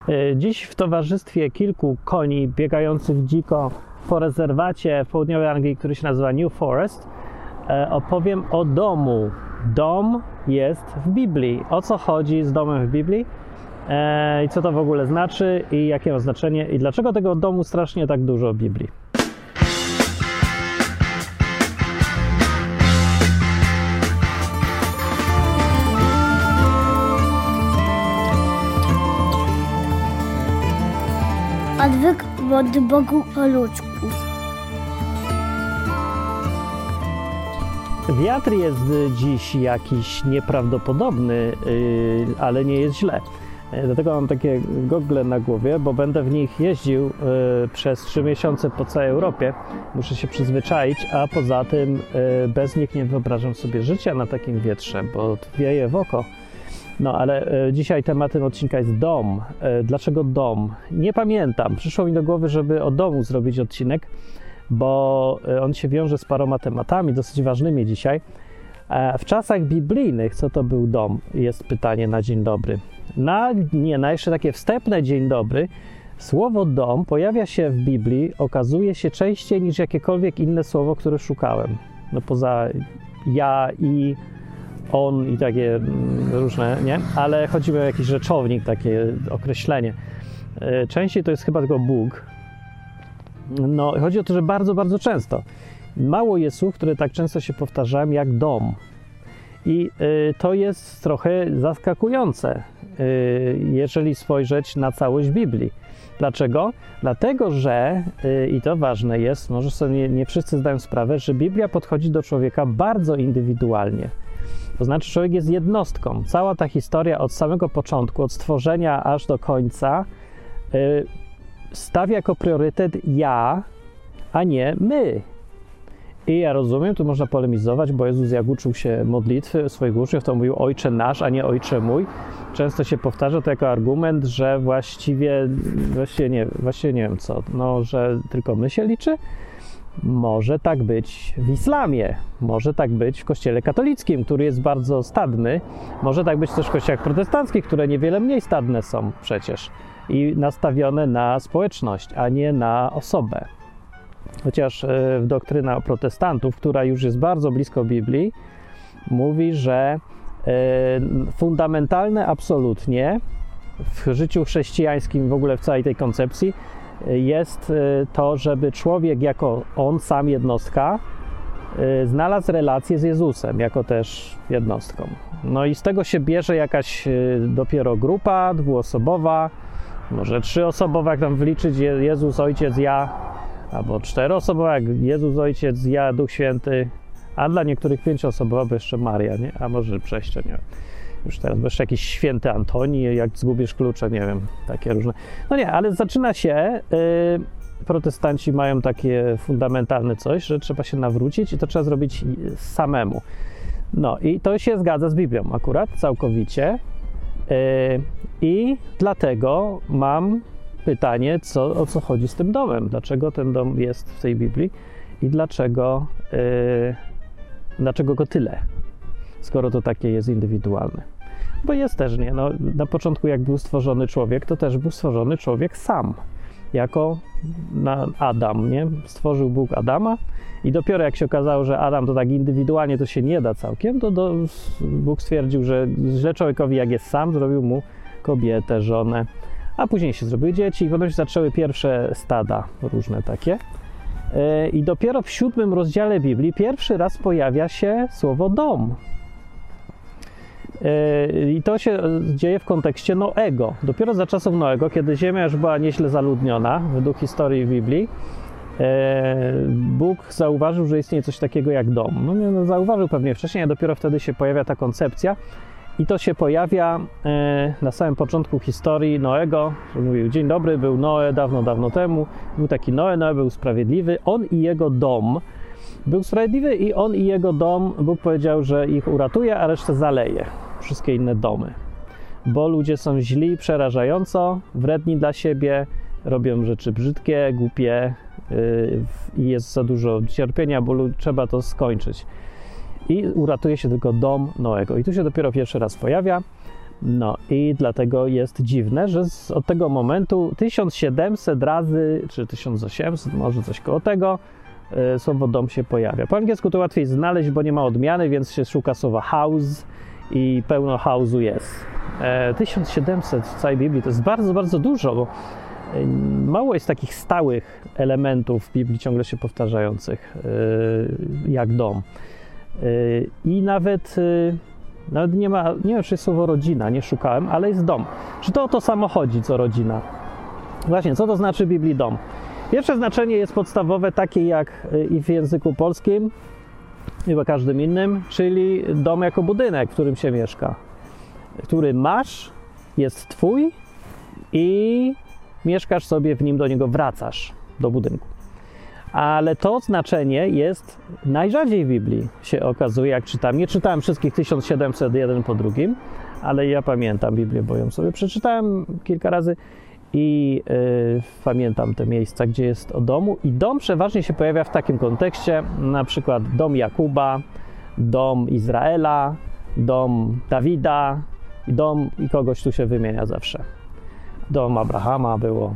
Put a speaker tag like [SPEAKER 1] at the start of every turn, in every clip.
[SPEAKER 1] Dziś w towarzystwie kilku koni biegających dziko po rezerwacie w południowej Anglii, który się nazywa New Forest, opowiem o domu. Dom jest w Biblii. O co chodzi z domem w Biblii? I co to w ogóle znaczy i jakie ma znaczenie i dlaczego tego domu strasznie tak dużo w Biblii.
[SPEAKER 2] Odwyk od Bogu po ludzku.
[SPEAKER 1] Wiatr jest dziś jakiś nieprawdopodobny, ale nie jest źle. Dlatego mam takie gogle na głowie, bo będę w nich jeździł przez 3 miesiące po całej Europie. Muszę się przyzwyczaić, a poza tym bez nich nie wyobrażam sobie życia na takim wietrze, bo wieje w oko. No ale dzisiaj tematem odcinka jest dom. Dlaczego dom? Nie pamiętam. Przyszło mi do głowy, żeby o domu zrobić odcinek, bo on się wiąże z paroma tematami dosyć ważnymi dzisiaj. W czasach biblijnych co to był dom? Jest pytanie na dzień dobry. Na jeszcze takie wstępne dzień dobry, słowo dom pojawia się w Biblii, okazuje się częściej niż jakiekolwiek inne słowo, które szukałem. No poza ja i on i takie różne, nie? Ale chodzi o jakiś rzeczownik, takie określenie. Częściej to jest chyba tylko Bóg. No, chodzi o to, że bardzo, bardzo często. Mało jest słów, które tak często się powtarzają jak dom. I to jest trochę zaskakujące, jeżeli spojrzeć na całość Biblii. Dlaczego? Dlatego, że, i to ważne jest, może sobie nie wszyscy zdają sprawę, że Biblia podchodzi do człowieka bardzo indywidualnie. To znaczy, człowiek jest jednostką. Cała ta historia od samego początku, od stworzenia aż do końca, stawia jako priorytet ja, a nie my. I ja rozumiem, tu można polemizować, bo Jezus jak uczył się modlitwy swoich uczniów, to mówił Ojcze nasz, a nie Ojcze mój. Często się powtarza to jako argument, że właściwie nie wiem co, no, że tylko my się liczy. Może tak być w islamie, może tak być w kościele katolickim, który jest bardzo stadny, może tak być też w kościołach protestanckich, które niewiele mniej stadne są przecież i nastawione na społeczność, a nie na osobę. Chociaż doktryna protestantów, która już jest bardzo blisko Biblii, mówi, że fundamentalne absolutnie w życiu chrześcijańskim, w ogóle w całej tej koncepcji, jest to, żeby człowiek jako on sam jednostka znalazł relację z Jezusem jako też jednostką. No i z tego się bierze jakaś dopiero grupa dwuosobowa, może 3-osobowa, jak tam wliczyć Jezus, Ojciec, ja, albo 4-osobowa, jak Jezus, Ojciec, ja, Duch Święty, a dla niektórych 5-osobowa, bo jeszcze Maria, nie? A może 6, nie wiem. Już teraz, bo jeszcze jakiś święty Antoni, jak zgubisz klucze, nie wiem, takie różne. No nie, ale zaczyna się, protestanci mają takie fundamentalne coś, że trzeba się nawrócić i to trzeba zrobić samemu. No i to się zgadza z Biblią akurat, całkowicie. I dlatego mam pytanie, o co chodzi z tym domem? Dlaczego ten dom jest w tej Biblii i dlaczego go tyle? Skoro to takie jest indywidualne. Bo jest też, nie? No, na początku jak był stworzony człowiek, to też był stworzony człowiek sam. Jako Adam, nie? Stworzył Bóg Adama i dopiero jak się okazało, że Adam to tak indywidualnie to się nie da całkiem, to Bóg stwierdził, że źle człowiekowi jak jest sam, zrobił mu kobietę, żonę, a później się zrobiły dzieci i potem się zaczęły pierwsze stada różne takie. I dopiero w 7 rozdziale Biblii pierwszy raz pojawia się słowo dom. I to się dzieje w kontekście Noego. Dopiero za czasów Noego, kiedy ziemia już była nieźle zaludniona, według historii Biblii, Bóg zauważył, że istnieje coś takiego jak dom. No zauważył pewnie wcześniej, a dopiero wtedy się pojawia ta koncepcja. I to się pojawia na samym początku historii Noego, że mówił, dzień dobry, był Noe dawno, dawno temu, był taki Noe był sprawiedliwy, on i jego dom był sprawiedliwy i on i jego dom, Bóg powiedział, że ich uratuje, a resztę zaleje, wszystkie inne domy. Bo ludzie są źli, przerażająco, wredni dla siebie, robią rzeczy brzydkie, głupie i jest za dużo cierpienia, bo trzeba to skończyć. I uratuje się tylko dom Noego. I tu się dopiero pierwszy raz pojawia. No i dlatego jest dziwne, że od tego momentu 1700 razy, czy 1800, może coś koło tego, słowo dom się pojawia. Po angielsku to łatwiej znaleźć, bo nie ma odmiany, więc się szuka słowa house i pełno house'u jest. 1700 w całej Biblii to jest bardzo, bardzo dużo, bo mało jest takich stałych elementów w Biblii ciągle się powtarzających, jak dom. I nawet nie wiem, czy jest słowo rodzina, nie szukałem, ale jest dom. Czy to o to samo chodzi, co rodzina? Właśnie, co to znaczy w Biblii dom? Pierwsze znaczenie jest podstawowe, takie jak i w języku polskim, chyba każdym innym, czyli dom jako budynek, w którym się mieszka, który masz, jest twój i mieszkasz sobie w nim, do niego wracasz, do budynku. Ale to znaczenie jest najrzadziej w Biblii, się okazuje, jak czytam. Nie czytałem wszystkich 1700 jeden po drugim, ale ja pamiętam Biblię, bo ją sobie przeczytałem kilka razy i pamiętam te miejsca, gdzie jest o domu. I dom przeważnie się pojawia w takim kontekście, na przykład dom Jakuba, dom Izraela, dom Dawida i kogoś tu się wymienia zawsze. Dom Abrahama było.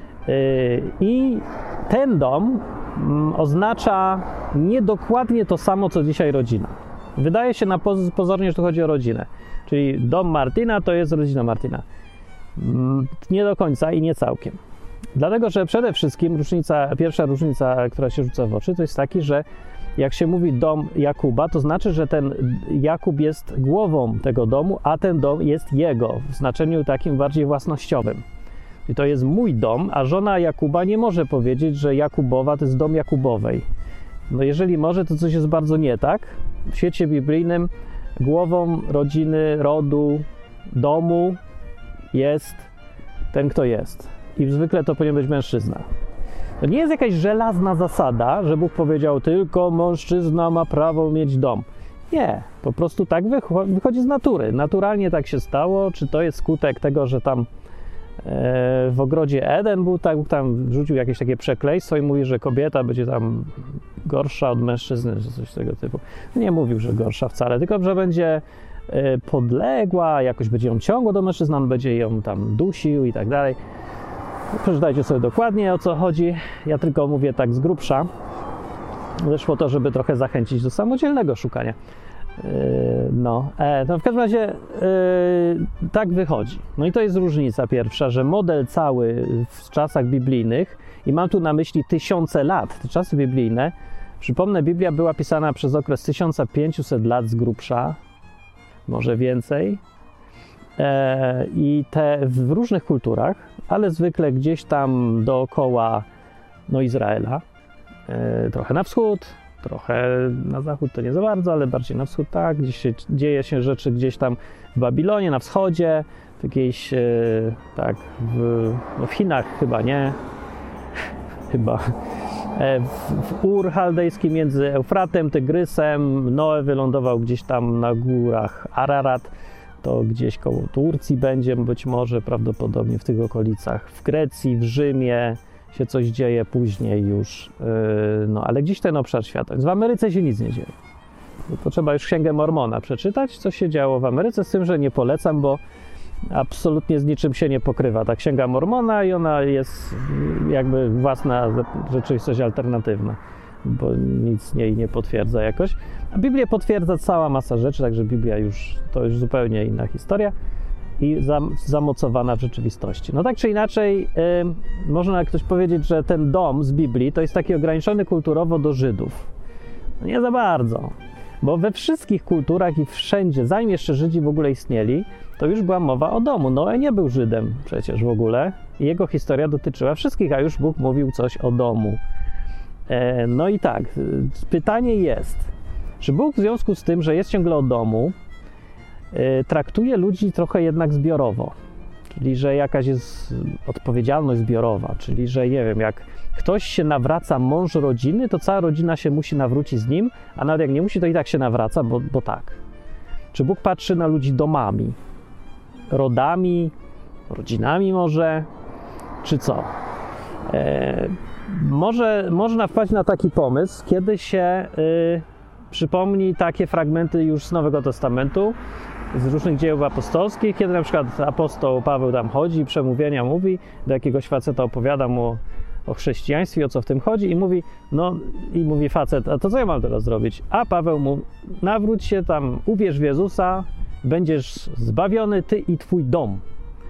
[SPEAKER 1] I ten dom oznacza niedokładnie to samo, co dzisiaj rodzina. Wydaje się pozornie, że tu chodzi o rodzinę. Czyli dom Martina to jest rodzina Martina. Nie do końca i nie całkiem. Dlatego, że przede wszystkim pierwsza różnica, która się rzuca w oczy, to jest taki, że jak się mówi dom Jakuba, to znaczy, że ten Jakub jest głową tego domu, a ten dom jest jego, w znaczeniu takim bardziej własnościowym. I to jest mój dom, a żona Jakuba nie może powiedzieć, że Jakubowa to jest dom Jakubowej. No jeżeli może, to coś jest bardzo nie tak. W świecie biblijnym głową rodziny, rodu, domu jest ten, kto jest. I zwykle to powinien być mężczyzna. To nie jest jakaś żelazna zasada, że Bóg powiedział, tylko mężczyzna ma prawo mieć dom. Nie, po prostu tak wychodzi z natury. Naturalnie tak się stało. Czy to jest skutek tego, że tam w ogrodzie Eden Bóg tam rzucił jakieś takie przekleństwo i mówi, że kobieta będzie tam gorsza od mężczyzny, czy coś tego typu. Nie mówił, że gorsza wcale, tylko że będzie podległa, jakoś będzie ją ciągło do mężczyzny, on będzie ją tam dusił i tak dalej. Przeczytajcie sobie dokładnie, o co chodzi. Ja tylko mówię tak z grubsza. Też po to, żeby trochę zachęcić do samodzielnego szukania. To w każdym razie tak wychodzi. No i to jest różnica pierwsza, że model cały w czasach biblijnych, i mam tu na myśli tysiące lat, te czasy biblijne, przypomnę, Biblia była pisana przez okres 1500 lat z grubsza, może więcej, i te w różnych kulturach, ale zwykle gdzieś tam dookoła Izraela, trochę na wschód, trochę na zachód to nie za bardzo, ale bardziej na wschód tak, gdzieś dzieje się rzeczy gdzieś tam w Babilonie, na wschodzie, w jakiejś, w Chinach chyba nie, w Ur chaldejskim między Eufratem, Tygrysem, Noe wylądował gdzieś tam na górach Ararat, to gdzieś koło Turcji będzie być może prawdopodobnie w tych okolicach, w Grecji, w Rzymie się coś dzieje później już, ale gdzieś ten obszar świata. Więc w Ameryce się nic nie dzieje. To trzeba już Księgę Mormona przeczytać, co się działo w Ameryce, z tym, że nie polecam, bo absolutnie z niczym się nie pokrywa ta Księga Mormona i ona jest jakby własna rzeczywistość alternatywna, bo nic jej nie potwierdza jakoś. A Biblię potwierdza cała masa rzeczy, także Biblia to już zupełnie inna historia i zamocowana w rzeczywistości. No tak czy inaczej, można ktoś powiedzieć, że ten dom z Biblii to jest taki ograniczony kulturowo do Żydów. No nie za bardzo, bo we wszystkich kulturach i wszędzie, zanim jeszcze Żydzi w ogóle istnieli, to już była mowa o domu. Noe nie był Żydem przecież w ogóle i jego historia dotyczyła wszystkich, a już Bóg mówił coś o domu. No i tak, pytanie jest, czy Bóg w związku z tym, że jest ciągle o domu, traktuje ludzi trochę jednak zbiorowo, czyli że jakaś jest odpowiedzialność zbiorowa, czyli że nie wiem, jak ktoś się nawraca, mąż rodziny, to cała rodzina się musi nawrócić z nim, a nawet jak nie musi, to i tak się nawraca, bo tak. Czy Bóg patrzy na ludzi domami, rodami, rodzinami może, czy co? Może można wpaść na taki pomysł, kiedy się przypomnij takie fragmenty już z Nowego Testamentu, z różnych dziejów apostolskich, kiedy na przykład apostoł Paweł tam chodzi, przemówienia mówi, do jakiegoś faceta opowiada mu o chrześcijaństwie, o co w tym chodzi i mówi facet, a to co ja mam teraz zrobić? A Paweł mu, nawróć się tam, uwierz w Jezusa, będziesz zbawiony, ty i twój dom.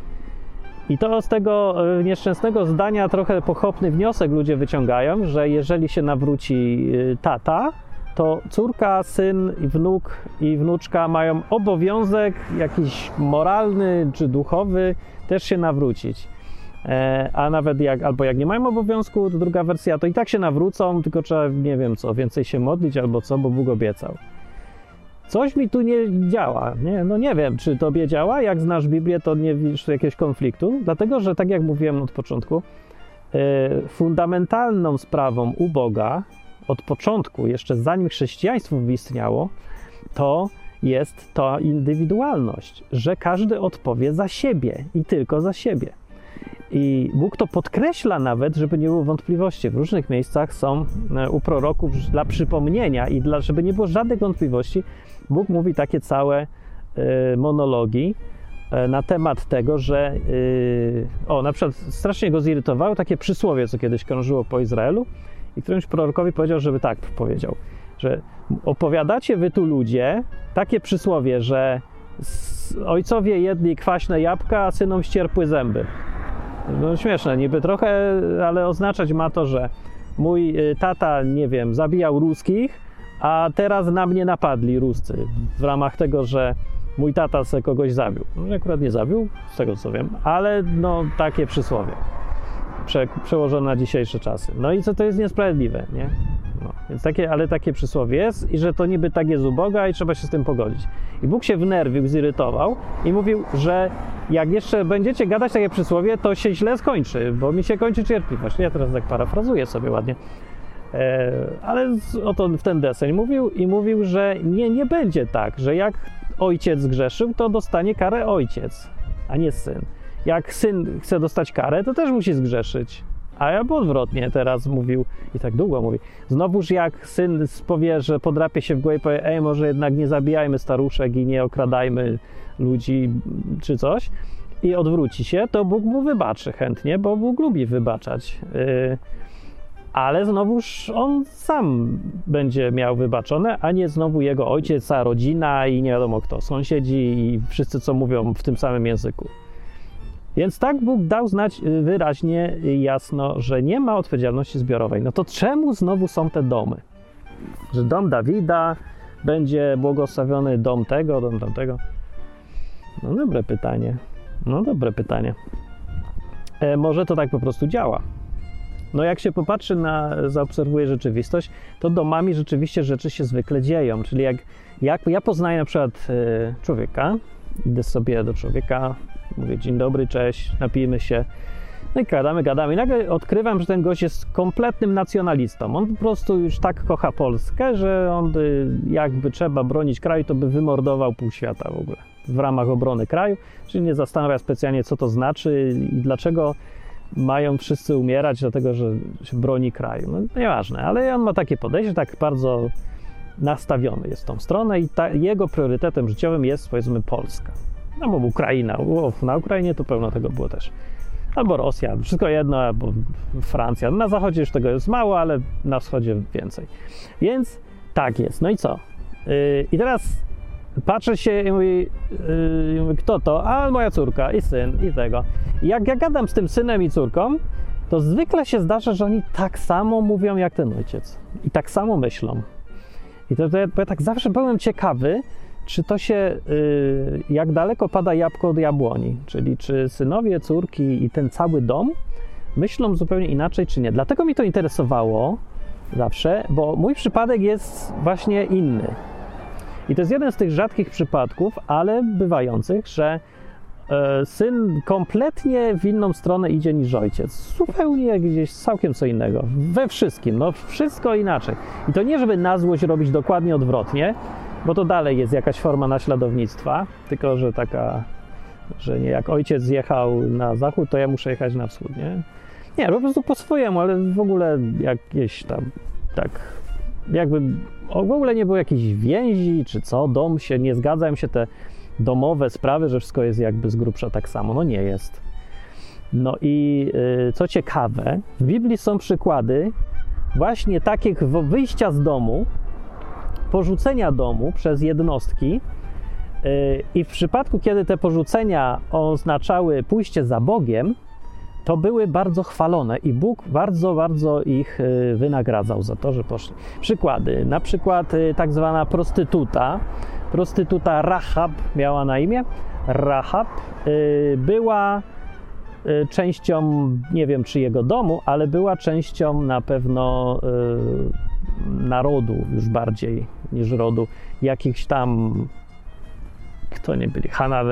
[SPEAKER 1] I to z tego nieszczęsnego zdania trochę pochopny wniosek ludzie wyciągają, że jeżeli się nawróci tata, to córka, syn, wnuk i wnuczka mają obowiązek jakiś moralny czy duchowy też się nawrócić. A nawet jak nie mają obowiązku, to druga wersja, to i tak się nawrócą, tylko trzeba, nie wiem co, więcej się modlić albo co, bo Bóg obiecał. Coś mi tu nie działa, nie? No nie wiem, czy tobie działa, jak znasz Biblię, to nie widzisz tu jakiegoś konfliktu, dlatego, że tak jak mówiłem od początku, fundamentalną sprawą u Boga, od początku, jeszcze zanim chrześcijaństwo istniało, to jest ta indywidualność, że każdy odpowie za siebie i tylko za siebie. I Bóg to podkreśla nawet, żeby nie było wątpliwości. W różnych miejscach są u proroków dla przypomnienia i żeby nie było żadnych wątpliwości, Bóg mówi takie całe monologi na temat tego, że na przykład strasznie go zirytowało takie przysłowie, co kiedyś krążyło po Izraelu i którymś prorokowi powiedział, żeby tak powiedział, że opowiadacie wy tu ludzie takie przysłowie, że ojcowie jedli kwaśne jabłka, a synom ścierpły zęby. No śmieszne niby trochę, ale oznaczać ma to, że mój tata, nie wiem, zabijał ruskich, a teraz na mnie napadli Ruscy w ramach tego, że mój tata se kogoś zabił. No, akurat nie zabił, z tego co wiem, ale no takie przysłowie przełożone na dzisiejsze czasy. No i co to jest niesprawiedliwe, nie? No, więc takie przysłowie jest i że to niby tak jest u Boga i trzeba się z tym pogodzić. I Bóg się wnerwił, zirytował i mówił, że jak jeszcze będziecie gadać takie przysłowie, to się źle skończy, bo mi się kończy cierpliwość. Ja teraz tak parafrazuję sobie ładnie. Ale oto w ten deseń mówił, że nie będzie tak, że jak ojciec zgrzeszył, to dostanie karę ojciec, a nie syn. Jak syn chce dostać karę, to też musi zgrzeszyć. A ja odwrotnie teraz mówił i tak długo mówi. Znowuż jak syn powie, że podrapie się w głowę i powie, może jednak nie zabijajmy staruszek i nie okradajmy ludzi czy coś i odwróci się, to Bóg mu wybaczy chętnie, bo Bóg lubi wybaczać. Ale znowuż on sam będzie miał wybaczone, a nie znowu jego ojciec, a rodzina i nie wiadomo kto, sąsiedzi i wszyscy, co mówią w tym samym języku. Więc tak Bóg dał znać wyraźnie i jasno, że nie ma odpowiedzialności zbiorowej. No to czemu znowu są te domy? Że dom Dawida będzie błogosławiony, dom tego, dom tamtego? No dobre pytanie. Może to tak po prostu działa. No jak się popatrzy zaobserwuje rzeczywistość, to domami rzeczywiście rzeczy się zwykle dzieją. Czyli jak ja poznaję na przykład człowieka, idę sobie do człowieka, mówię dzień dobry, cześć, napijmy się. No i gadamy. I nagle odkrywam, że ten gość jest kompletnym nacjonalistą. On po prostu już tak kocha Polskę, że on jakby trzeba bronić kraju, to by wymordował pół świata w ogóle w ramach obrony kraju. Czyli nie zastanawia specjalnie, co to znaczy i dlaczego mają wszyscy umierać, dlatego że się broni kraju. No nieważne, ale on ma takie podejście, tak bardzo nastawiony jest w tą stronę i jego priorytetem życiowym jest, powiedzmy, Polska. No bo Ukraina, na Ukrainie to pełno tego było też. Albo Rosja, wszystko jedno, albo Francja. Na zachodzie już tego jest mało, ale na wschodzie więcej. Więc tak jest. No i co? I teraz patrzę się i mówię, kto to? A moja córka i syn i tego. I jak ja gadam z tym synem i córką, to zwykle się zdarza, że oni tak samo mówią jak ten ojciec. I tak samo myślą. I to ja tak zawsze byłem ciekawy, czy to się, jak daleko pada jabłko od jabłoni, czyli czy synowie, córki i ten cały dom myślą zupełnie inaczej, czy nie. Dlatego mi to interesowało zawsze, bo mój przypadek jest właśnie inny. I to jest jeden z tych rzadkich przypadków, ale bywających, że syn kompletnie w inną stronę idzie niż ojciec. Zupełnie gdzieś całkiem co innego. We wszystkim, no wszystko inaczej. I to nie, żeby na złość robić dokładnie odwrotnie, bo to dalej jest jakaś forma naśladownictwa, tylko że taka, że nie jak ojciec zjechał na zachód, to ja muszę jechać na wschód, nie? Nie, po prostu po swojemu, ale w ogóle jakieś tam tak jakby w ogóle nie było jakiejś więzi, czy co, dom się, nie zgadzają się te domowe sprawy, że wszystko jest jakby z grubsza tak samo. No nie jest. No i co ciekawe, w Biblii są przykłady właśnie takich wyjścia z domu, porzucenia domu przez jednostki i w przypadku, kiedy te porzucenia oznaczały pójście za Bogiem, to były bardzo chwalone i Bóg bardzo, bardzo ich wynagradzał za to, że poszli. Przykłady, na przykład tak zwana prostytuta Rahab miała na imię. Rahab była częścią, nie wiem czy jego domu, ale była częścią na pewno narodu już bardziej niż rodu, jakichś tam, kto nie byli,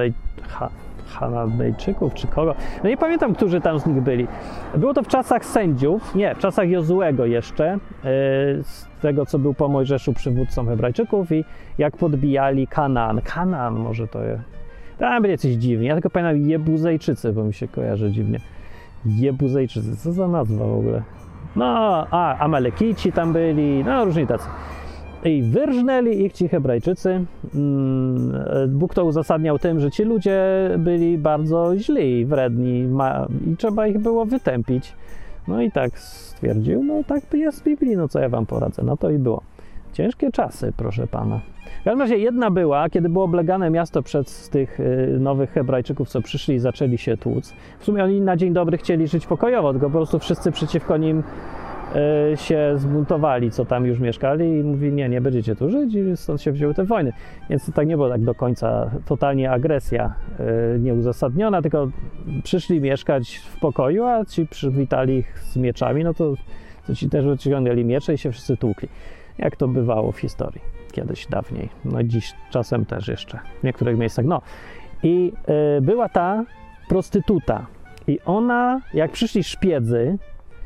[SPEAKER 1] Hananejczyków czy kogo, no nie pamiętam, którzy tam z nich byli. Było to w czasach sędziów, nie, w czasach Jozuego jeszcze, z tego, co był po Mojżeszu przywódcą Hebrajczyków i jak podbijali Kanaan może to jest. Tam byli coś dziwni, ja tylko pamiętam Jebuzejczycy, bo mi się kojarzy dziwnie. Jebuzejczycy, co za nazwa w ogóle? No, Amalekici tam byli, no różni tacy. I wyrżnęli ich ci Hebrajczycy. Bóg to uzasadniał tym, że ci ludzie byli bardzo źli i wredni i trzeba ich było wytępić. No i tak stwierdził, no tak jest w Biblii, no co ja wam poradzę, no to i było. Ciężkie czasy, proszę pana. W każdym razie jedna była, kiedy było oblegane miasto przez tych nowych Hebrajczyków, co przyszli i zaczęli się tłuc. W sumie oni na dzień dobry chcieli żyć pokojowo, tylko po prostu wszyscy przeciwko nim się zbuntowali, co tam już mieszkali i mówi, nie będziecie tu żyć i stąd się wzięły te wojny. Więc to tak nie było tak do końca totalnie agresja nieuzasadniona, tylko przyszli mieszkać w pokoju, a ci przywitali ich z mieczami, no to ci też wyciągnęli miecze i się wszyscy tłukli. Jak to bywało w historii kiedyś, dawniej. No dziś czasem też jeszcze w niektórych miejscach. No i była ta prostytuta i ona, jak przyszli szpiedzy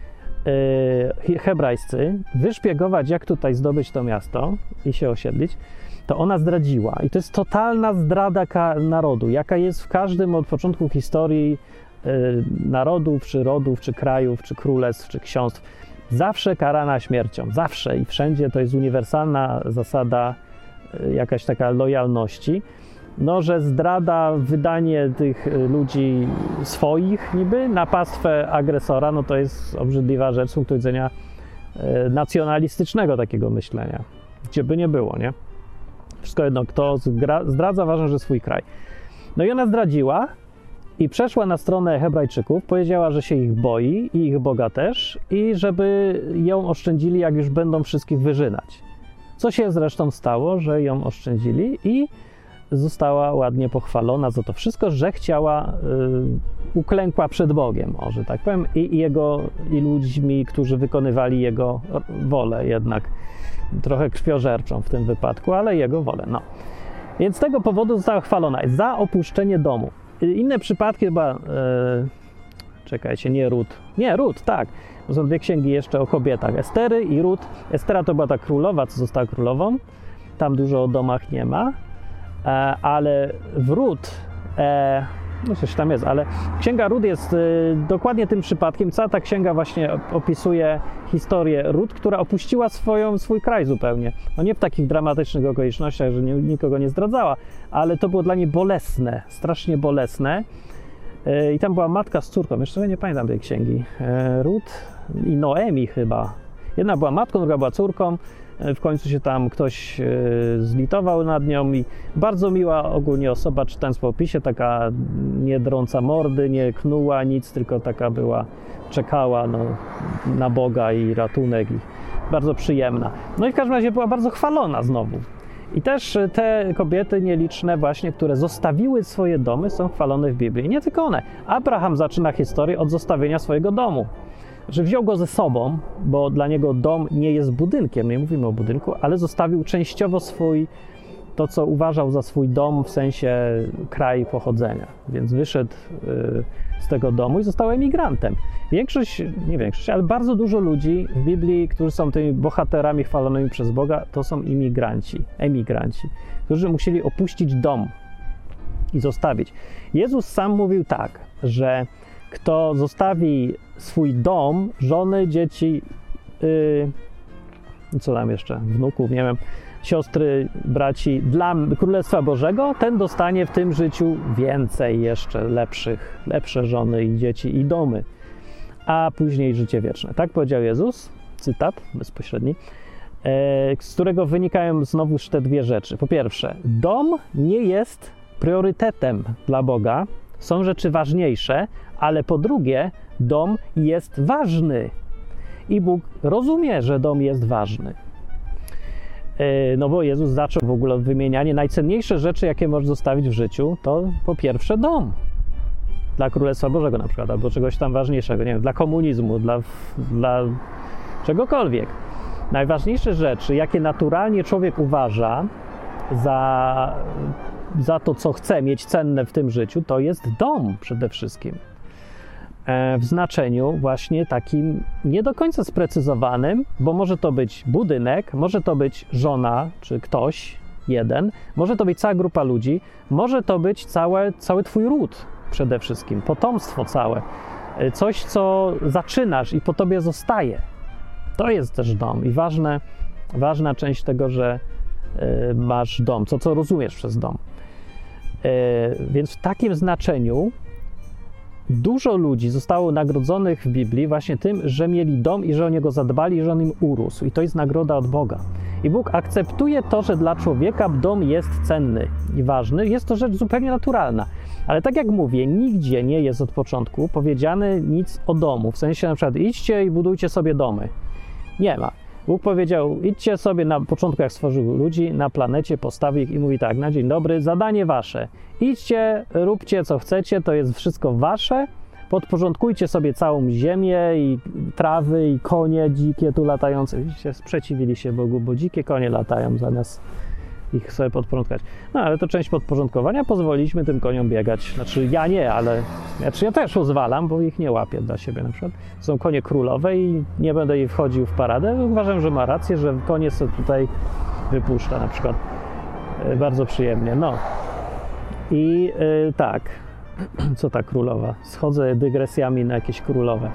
[SPEAKER 1] hebrajscy, wyszpiegować, jak tutaj zdobyć to miasto i się osiedlić, to ona zdradziła. I to jest totalna zdrada narodu, jaka jest w każdym od początku historii narodów, czy rodów, czy krajów, czy królestw, czy ksiąstw. Zawsze karana śmiercią. Zawsze i wszędzie to jest uniwersalna zasada jakaś taka lojalności. No, że zdrada, wydanie tych ludzi swoich niby na pastwę agresora, no to jest obrzydliwa rzecz z punktu widzenia nacjonalistycznego takiego myślenia. Gdzie by nie było, nie? Wszystko jedno, kto zdradza, ważne, że swój kraj. No i ona zdradziła i przeszła na stronę Hebrajczyków, powiedziała, że się ich boi i ich Boga też i żeby ją oszczędzili, jak już będą wszystkich wyżynać. Co się zresztą stało, że ją oszczędzili i została ładnie pochwalona za to wszystko, że chciała, uklękła przed Bogiem, że tak powiem, i ludźmi, którzy wykonywali Jego wolę jednak. Trochę krwiożerczą w tym wypadku, ale Jego wolę, no. Więc z tego powodu została chwalona za opuszczenie domu. Inne przypadki chyba, czekajcie, Rut, tak. To są dwie księgi jeszcze o kobietach, Estery i Rut. Estera to była ta królowa, co została królową. Tam dużo o domach nie ma. Ale w Rut, no coś tam jest, ale księga Rut jest dokładnie tym przypadkiem. Cała ta księga właśnie opisuje historię Rut, która opuściła swój kraj zupełnie. No nie w takich dramatycznych okolicznościach, że nikogo nie zdradzała, ale to było dla niej bolesne, strasznie bolesne. I tam była matka z córką, jeszcze nie pamiętam tej księgi. Rut i Noemi chyba. Jedna była matką, druga była córką. W końcu się tam ktoś zlitował nad nią i bardzo miła ogólnie osoba, czytając po opisie, taka nie drąca mordy, nie knuła nic, tylko taka była, czekała na Boga i ratunek i bardzo przyjemna. No i w każdym razie była bardzo chwalona znowu. I też te kobiety nieliczne właśnie, które zostawiły swoje domy, są chwalone w Biblii. I nie tylko one. Abraham zaczyna historię od zostawienia swojego domu. Że wziął go ze sobą, bo dla niego dom nie jest budynkiem, nie mówimy o budynku, ale zostawił częściowo to co uważał za swój dom, w sensie kraj pochodzenia. Więc wyszedł z tego domu i został emigrantem. Nie większość, ale bardzo dużo ludzi w Biblii, którzy są tymi bohaterami chwalonymi przez Boga, to są emigranci, którzy musieli opuścić dom i zostawić. Jezus sam mówił tak, że kto zostawi swój dom, żony, dzieci, co tam jeszcze, wnuków, nie wiem, siostry, braci, dla Królestwa Bożego, ten dostanie w tym życiu więcej jeszcze lepsze żony i dzieci i domy, a później życie wieczne. Tak powiedział Jezus, cytat bezpośredni, z którego wynikają znowuż te dwie rzeczy. Po pierwsze, dom nie jest priorytetem dla Boga, są rzeczy ważniejsze, ale po drugie, dom jest ważny i Bóg rozumie, że dom jest ważny. No bo Jezus zaczął w ogóle wymienianie najcenniejsze rzeczy, jakie możesz zostawić w życiu, to po pierwsze dom. Dla Królestwa Bożego na przykład, albo czegoś tam ważniejszego, nie wiem, dla komunizmu, dla czegokolwiek. Najważniejsze rzeczy, jakie naturalnie człowiek uważa za to, co chce mieć cenne w tym życiu, to jest dom przede wszystkim. W znaczeniu właśnie takim nie do końca sprecyzowanym, bo może to być budynek, może to być żona czy ktoś jeden, może to być cała grupa ludzi, może to być cały twój ród przede wszystkim, potomstwo całe, coś, co zaczynasz i po tobie zostaje. To jest też dom i ważna część tego, że masz dom, co rozumiesz przez dom. Więc w takim znaczeniu dużo ludzi zostało nagrodzonych w Biblii właśnie tym, że mieli dom i że o niego zadbali i że on im urósł. I to jest nagroda od Boga. I Bóg akceptuje to, że dla człowieka dom jest cenny i ważny. Jest to rzecz zupełnie naturalna. Ale tak jak mówię, nigdzie nie jest od początku powiedziane nic o domu. W sensie na przykład idźcie i budujcie sobie domy. Nie ma. Bóg powiedział, idźcie sobie na początku, jak stworzył ludzi, na planecie, postawi ich i mówi tak, na dzień dobry, zadanie wasze. Idźcie, róbcie co chcecie, to jest wszystko wasze, podporządkujcie sobie całą ziemię i trawy i konie dzikie tu latające. Widzicie, sprzeciwili się Bogu, bo dzikie konie latają zamiast ich sobie podporządkować. No ale to część podporządkowania, pozwoliliśmy tym koniom biegać. Znaczy ja nie, ale ja też pozwalam, bo ich nie łapię dla siebie na przykład. Są konie królowe i nie będę jej wchodził w paradę. Uważam, że ma rację, że konie sobie tutaj wypuszcza na przykład. Bardzo przyjemnie. No i tak, co ta królowa? Schodzę dygresjami na jakieś królowe.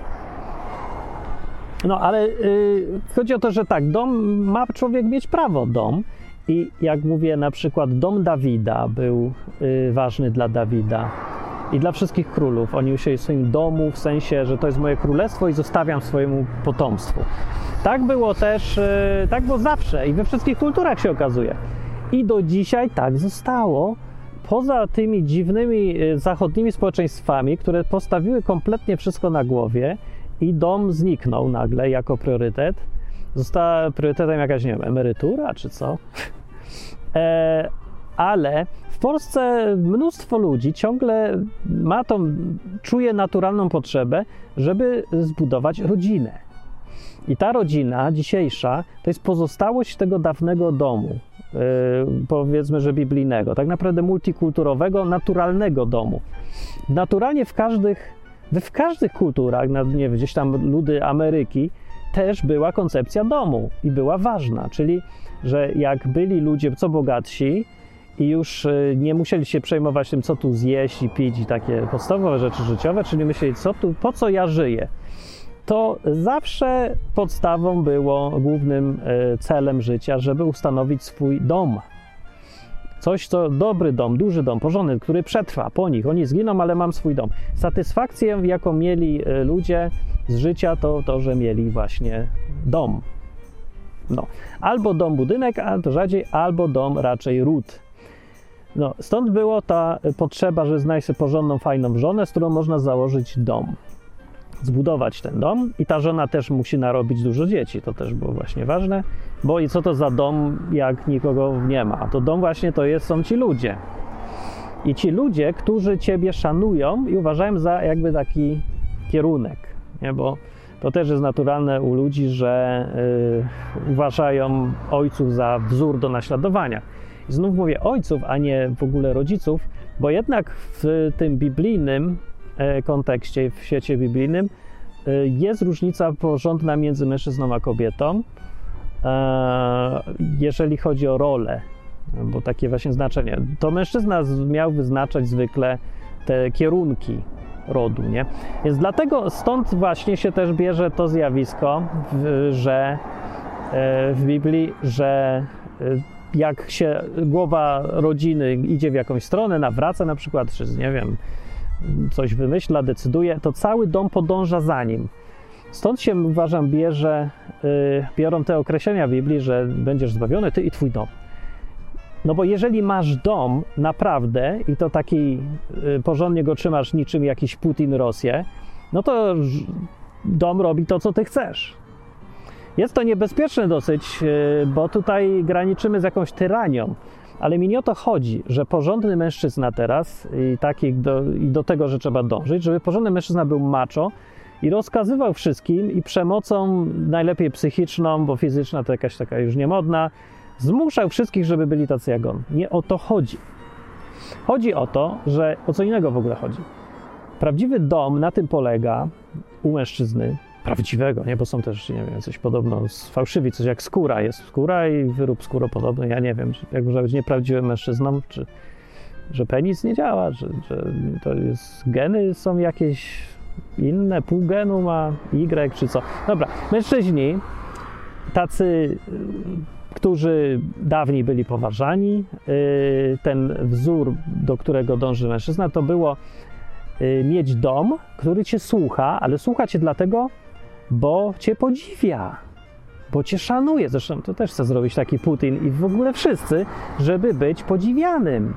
[SPEAKER 1] No ale chodzi o to, że tak, dom ma człowiek mieć prawo, dom. I jak mówię, na przykład dom Dawida był ważny dla Dawida i dla wszystkich królów. Oni usiedli w swoim domu, w sensie, że to jest moje królestwo i zostawiam swojemu potomstwu. Tak było też, tak było zawsze i we wszystkich kulturach się okazuje. I do dzisiaj tak zostało. Poza tymi dziwnymi zachodnimi społeczeństwami, które postawiły kompletnie wszystko na głowie i dom zniknął nagle jako priorytet. Została priorytetem jakaś, nie wiem, emerytura czy co? Ale w Polsce mnóstwo ludzi ciągle czuje naturalną potrzebę, żeby zbudować rodzinę. I ta rodzina dzisiejsza to jest pozostałość tego dawnego domu, powiedzmy, że biblijnego, tak naprawdę multikulturowego, naturalnego domu. Naturalnie w każdych kulturach, nie wiem, gdzieś tam ludy Ameryki, też była koncepcja domu i była ważna, czyli że jak byli ludzie co bogatsi i już nie musieli się przejmować tym, co tu zjeść i pić i takie podstawowe rzeczy życiowe, czyli myśleli, po co ja żyję, to zawsze podstawą było, głównym celem życia, żeby ustanowić swój dom. Coś, co dobry dom, duży dom, porządny, który przetrwa po nich. Oni zginą, ale mam swój dom. Satysfakcję, jaką mieli ludzie z życia, to że mieli właśnie dom. No. Albo dom, budynek, a to rzadziej, albo dom, raczej ród. No, stąd była ta potrzeba, że znaleźć sobie porządną, fajną żonę, z którą można założyć dom. Zbudować ten dom i ta żona też musi narobić dużo dzieci. To też było właśnie ważne, bo i co to za dom, jak nikogo nie ma? To dom właśnie są ci ludzie. I ci ludzie, którzy ciebie szanują i uważają za jakby taki kierunek, nie? Bo to też jest naturalne u ludzi, że uważają ojców za wzór do naśladowania. I znów mówię ojców, a nie w ogóle rodziców, bo jednak w tym biblijnym kontekście, w świecie biblijnym jest różnica porządna między mężczyzną a kobietą, jeżeli chodzi o rolę, bo takie właśnie znaczenie. To mężczyzna miał wyznaczać zwykle te kierunki rodu, nie? Więc dlatego stąd właśnie się też bierze to zjawisko, że w Biblii, że jak się głowa rodziny idzie w jakąś stronę, nawraca na przykład, czy nie wiem, coś wymyśla, decyduje, to cały dom podąża za nim. Stąd się, uważam, biorą te określenia w Biblii, że będziesz zbawiony, ty i twój dom. No bo jeżeli masz dom naprawdę i to taki porządnie go trzymasz niczym jakiś Putin Rosję, no to dom robi to, co ty chcesz. Jest to niebezpieczne dosyć, bo tutaj graniczymy z jakąś tyranią, ale mi nie o to chodzi, że porządny mężczyzna teraz i do tego, że trzeba dążyć, żeby porządny mężczyzna był macho i rozkazywał wszystkim i przemocą, najlepiej psychiczną, bo fizyczna to jakaś taka już niemodna, zmuszał wszystkich, żeby byli tacy jak on. Nie o to chodzi. Chodzi o to, że o co innego w ogóle chodzi. Prawdziwy dom na tym polega u mężczyzny, prawdziwego, nie? Bo są też, nie wiem, coś podobno fałszywi, coś jak skóra. Jest skóra i wyrób skóropodobny. Ja nie wiem, jak można być nieprawdziwym mężczyzną, czy że penis nie działa, że to jest, geny są jakieś inne, pół genu ma Y, czy co. Dobra, mężczyźni, tacy, którzy dawniej byli poważani, ten wzór, do którego dąży mężczyzna, to było mieć dom, który cię słucha, ale słucha cię dlatego, bo cię podziwia, bo cię szanuje. Zresztą to też chce zrobić taki Putin i w ogóle wszyscy, żeby być podziwianym.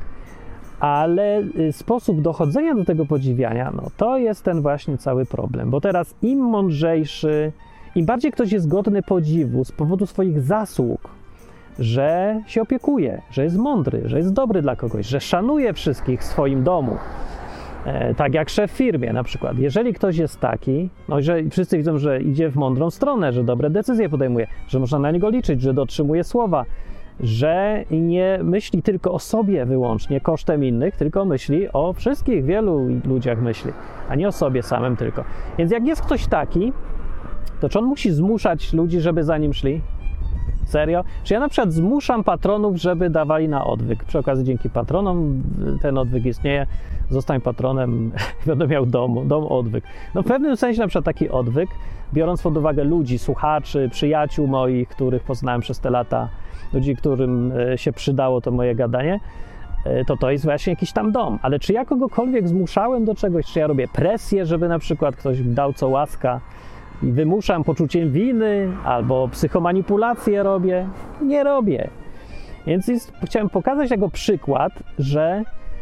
[SPEAKER 1] Ale sposób dochodzenia do tego podziwiania, no to jest ten właśnie cały problem, bo teraz im mądrzejszy, im bardziej ktoś jest godny podziwu z powodu swoich zasług, że się opiekuje, że jest mądry, że jest dobry dla kogoś, że szanuje wszystkich w swoim domu, tak jak szef w firmie na przykład. Jeżeli ktoś jest taki, no że wszyscy widzą, że idzie w mądrą stronę, że dobre decyzje podejmuje, że można na niego liczyć, że dotrzymuje słowa, że nie myśli tylko o sobie wyłącznie kosztem innych, tylko myśli o wszystkich, wielu ludziach myśli, a nie o sobie samym tylko. Więc jak jest ktoś taki, to czy on musi zmuszać ludzi, żeby za nim szli? Serio? Czy ja na przykład zmuszam patronów, żeby dawali na odwyk? Przy okazji dzięki patronom ten odwyk istnieje. Zostań patronem, będę miał dom odwyk. No w pewnym sensie na przykład taki odwyk, biorąc pod uwagę ludzi, słuchaczy, przyjaciół moich, których poznałem przez te lata, ludzi, którym się przydało to moje gadanie, to jest właśnie jakiś tam dom. Ale czy ja kogokolwiek zmuszałem do czegoś? Czy ja robię presję, żeby na przykład ktoś dał co łaska i wymuszam poczuciem winy albo psychomanipulację robię? Nie robię. Więc chciałem pokazać jako przykład, że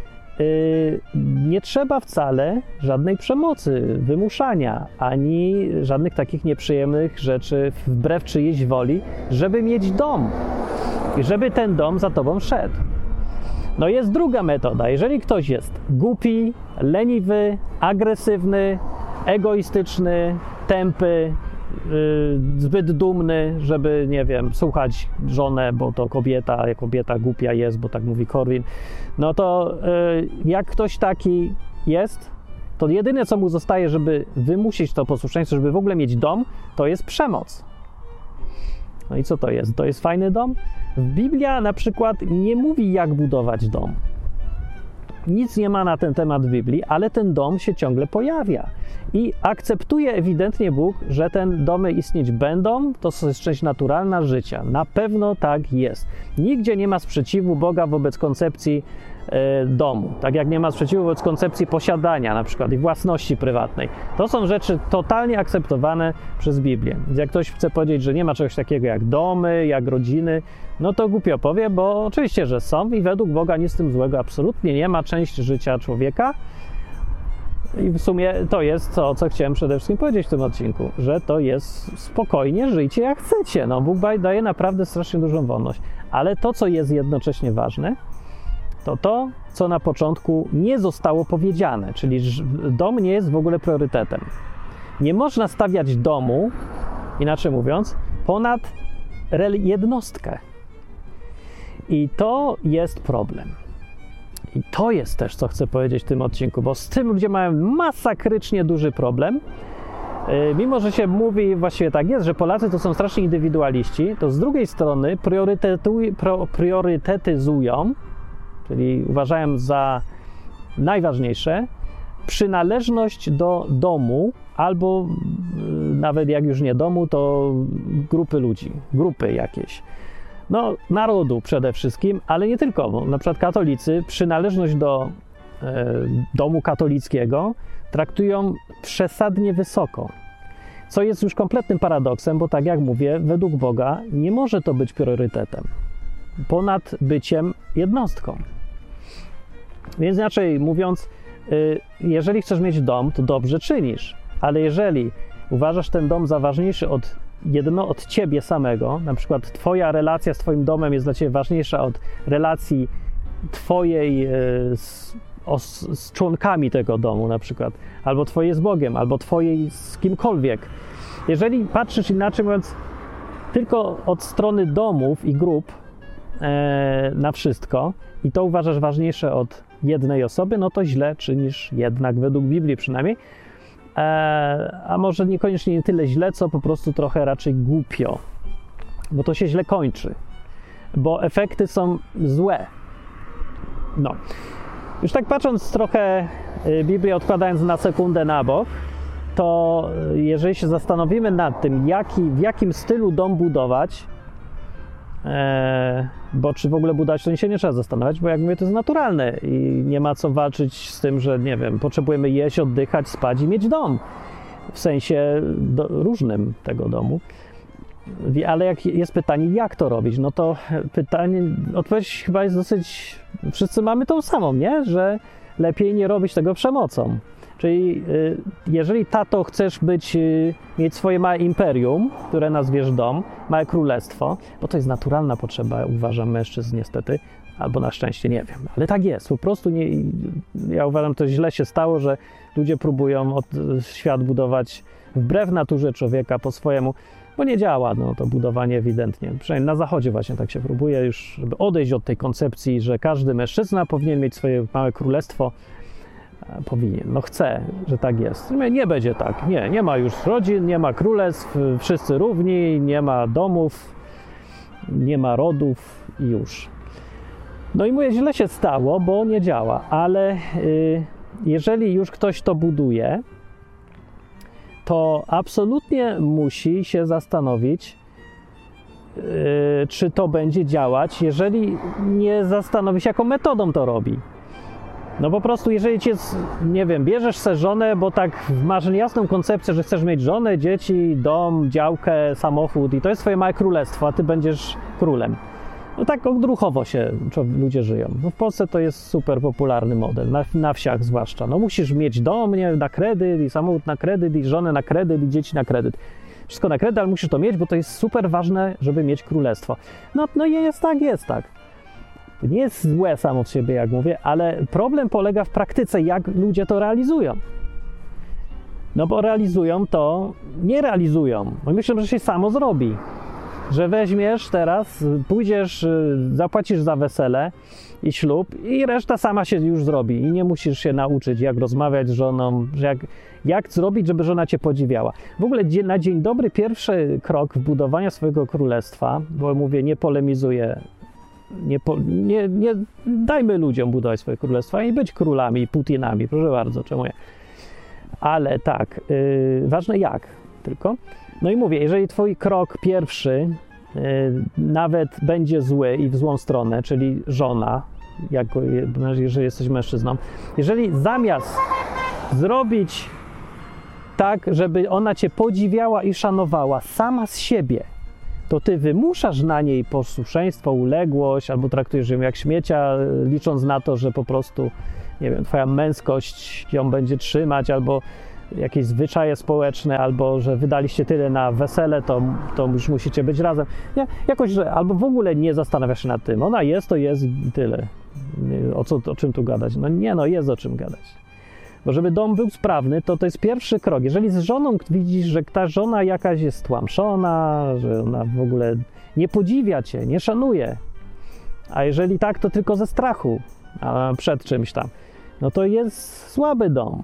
[SPEAKER 1] nie trzeba wcale żadnej przemocy, wymuszania, ani żadnych takich nieprzyjemnych rzeczy wbrew czyjejś woli, żeby mieć dom i żeby ten dom za tobą szedł. No jest druga metoda. Jeżeli ktoś jest głupi, leniwy, agresywny, egoistyczny, tępy, zbyt dumny, żeby, nie wiem, słuchać żonę, bo to kobieta głupia jest, bo tak mówi Korwin, no to jak ktoś taki jest, to jedyne, co mu zostaje, żeby wymusić to posłuszeństwo, żeby w ogóle mieć dom, to jest przemoc. No i co to jest? To jest fajny dom? Biblia na przykład nie mówi, jak budować dom. Nic nie ma na ten temat w Biblii, ale ten dom się ciągle pojawia. I akceptuje ewidentnie Bóg, że te domy istnieć będą, to jest część naturalna życia. Na pewno tak jest. Nigdzie nie ma sprzeciwu Boga wobec koncepcji domu. Tak jak nie ma sprzeciwu wobec koncepcji posiadania na przykład i własności prywatnej. To są rzeczy totalnie akceptowane przez Biblię. Więc jak ktoś chce powiedzieć, że nie ma czegoś takiego jak domy, jak rodziny, no to głupio powie, bo oczywiście, że są i według Boga nic z tym złego absolutnie nie ma. Część życia człowieka. I w sumie to jest to, co chciałem przede wszystkim powiedzieć w tym odcinku, że to jest spokojnie, żyjcie jak chcecie. No, Bóg daje naprawdę strasznie dużą wolność. Ale to, co jest jednocześnie ważne, to, co na początku nie zostało powiedziane, czyli dom nie jest w ogóle priorytetem. Nie można stawiać domu, inaczej mówiąc, ponad jednostkę. I to jest problem. I to jest też, co chcę powiedzieć w tym odcinku, bo z tym ludzie mają masakrycznie duży problem. Mimo że się mówi, właściwie tak jest, że Polacy to są strasznie indywidualiści, to z drugiej strony priorytetyzują, czyli uważają za najważniejsze, przynależność do domu albo nawet jak już nie domu, to grupy ludzi, grupy jakieś. No, narodu przede wszystkim, ale nie tylko, bo na przykład katolicy przynależność do domu katolickiego traktują przesadnie wysoko, co jest już kompletnym paradoksem, bo tak jak mówię, według Boga nie może to być priorytetem ponad byciem jednostką. Więc inaczej mówiąc, jeżeli chcesz mieć dom, to dobrze czynisz, ale jeżeli uważasz ten dom za ważniejszy od ciebie samego, na przykład twoja relacja z twoim domem jest dla ciebie ważniejsza od relacji twojej z członkami tego domu na przykład, albo twojej z Bogiem, albo twojej z kimkolwiek. Jeżeli patrzysz inaczej mówiąc tylko od strony domów i grup na wszystko i to uważasz ważniejsze od jednej osoby, no to źle czynisz jednak, według Biblii przynajmniej, a może niekoniecznie nie tyle źle, co po prostu trochę raczej głupio, bo to się źle kończy, bo efekty są złe. No. Już tak patrząc trochę Biblię, odkładając na sekundę na bok, to jeżeli się zastanowimy nad tym, w jakim stylu dom budować, bo czy w ogóle budować, to się nie trzeba zastanawiać, bo jak mówię, to jest naturalne i nie ma co walczyć z tym, że nie wiem, potrzebujemy jeść, oddychać, spać i mieć dom, w sensie różnym tego domu. Ale jak jest pytanie, jak to robić, no to odpowiedź chyba jest dosyć, wszyscy mamy tą samą, nie? Że lepiej nie robić tego przemocą. Czyli jeżeli tato chcesz mieć swoje małe imperium, które nazwiesz dom, małe królestwo, bo to jest naturalna potrzeba, uważam, mężczyzn niestety, albo na szczęście, nie wiem, ale tak jest, po prostu ja uważam, że to źle się stało, że ludzie próbują świat budować wbrew naturze człowieka po swojemu, bo nie działa to budowanie ewidentnie. Przynajmniej na zachodzie właśnie tak się próbuje już, żeby odejść od tej koncepcji, że każdy mężczyzna powinien mieć swoje małe królestwo. Powinien, chce, że tak jest. Nie będzie tak. Nie ma już rodzin, nie ma królestw, wszyscy równi, nie ma domów, nie ma rodów i już. No i mówię, źle się stało, bo nie działa, ale jeżeli już ktoś to buduje, to absolutnie musi się zastanowić, czy to będzie działać, jeżeli nie zastanowi się, jaką metodą to robi. No po prostu, jeżeli nie wiem, bierzesz sobie żonę, bo tak masz jasną koncepcję, że chcesz mieć żonę, dzieci, dom, działkę, samochód i to jest twoje małe królestwo, a ty będziesz królem. No tak odruchowo ludzie żyją. No w Polsce to jest super popularny model, na wsiach zwłaszcza. No musisz mieć dom na kredyt i samochód na kredyt i żonę na kredyt i dzieci na kredyt. Wszystko na kredyt, ale musisz to mieć, bo to jest super ważne, żeby mieć królestwo. No jest tak. To nie jest złe samo w siebie, jak mówię, ale problem polega w praktyce, jak ludzie to realizują. No bo nie realizują. Bo myślę, że się samo zrobi. Że weźmiesz teraz, pójdziesz, zapłacisz za wesele i ślub i reszta sama się już zrobi. I nie musisz się nauczyć, jak rozmawiać z żoną, jak zrobić, żeby żona cię podziwiała. W ogóle na dzień dobry pierwszy krok w budowaniu swojego królestwa, bo mówię, nie polemizuję, nie dajmy ludziom budować swoje królestwa i być królami i Putinami, proszę bardzo, czemu nie? Ale tak, ważne jak tylko. No i mówię, jeżeli twój krok pierwszy nawet będzie zły i w złą stronę, czyli żona, jeżeli jesteś mężczyzną, jeżeli zamiast zrobić tak, żeby ona cię podziwiała i szanowała sama z siebie, to ty wymuszasz na niej posłuszeństwo, uległość, albo traktujesz ją jak śmiecia, licząc na to, że po prostu, nie wiem, twoja męskość ją będzie trzymać, albo jakieś zwyczaje społeczne, albo że wydaliście tyle na wesele, to już musicie być razem. Albo w ogóle nie zastanawiasz się nad tym. Ona jest, to jest i tyle. O czym tu gadać? Jest o czym gadać. Bo żeby dom był sprawny, to jest pierwszy krok. Jeżeli z żoną widzisz, że ta żona jakaś jest tłamszona, że ona w ogóle nie podziwia cię, nie szanuje, a jeżeli tak, to tylko ze strachu przed czymś tam, no to jest słaby dom.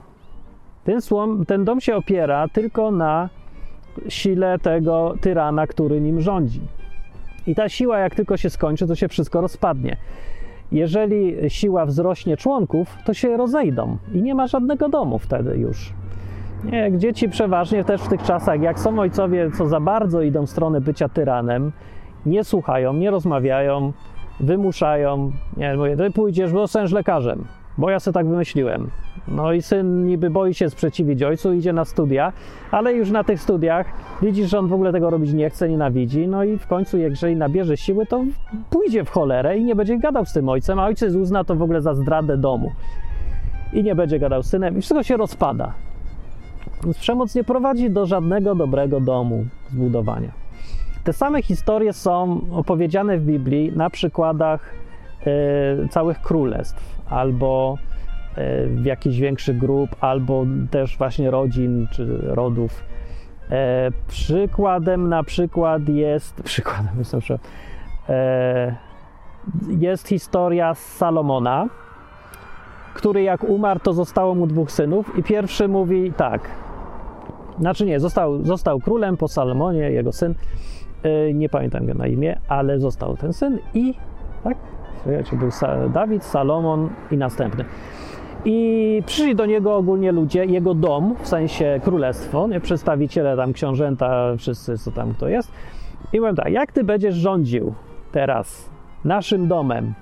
[SPEAKER 1] Ten dom się opiera tylko na sile tego tyrana, który nim rządzi. I ta siła, jak tylko się skończy, to się wszystko rozpadnie. Jeżeli siła wzrośnie członków, to się rozejdą i nie ma żadnego domu wtedy już. Nie, jak dzieci przeważnie też w tych czasach, jak są ojcowie, co za bardzo idą w stronę bycia tyranem, nie słuchają, nie rozmawiają, wymuszają. Nie, mówię, ty pójdziesz, bo zostaniesz lekarzem, bo ja sobie tak wymyśliłem. No i syn niby boi się sprzeciwić ojcu, idzie na studia, ale już na tych studiach widzisz, że on w ogóle tego robić nie chce, nienawidzi, no i w końcu, jeżeli nabierze siły, to pójdzie w cholerę i nie będzie gadał z tym ojcem, a ojciec uzna to w ogóle za zdradę domu. I nie będzie gadał z synem i wszystko się rozpada. Więc przemoc nie prowadzi do żadnego dobrego domu zbudowania. Te same historie są opowiedziane w Biblii na przykładach całych królestw, albo w jakichś większych grup, albo też właśnie rodzin czy rodów. Przykładem na przykład jest historia Salomona, który jak umarł, to zostało mu 2 synów i pierwszy mówi tak, znaczy nie, został królem po Salomonie, jego syn, nie pamiętam go na imię, ale został ten syn i tak, był Dawid, Salomon i następny. I przyszli do niego ogólnie ludzie, jego dom, w sensie królestwo, nie, przedstawiciele tam, książęta, wszyscy co tam kto jest. I mówią tak, jak ty będziesz rządził teraz naszym domem?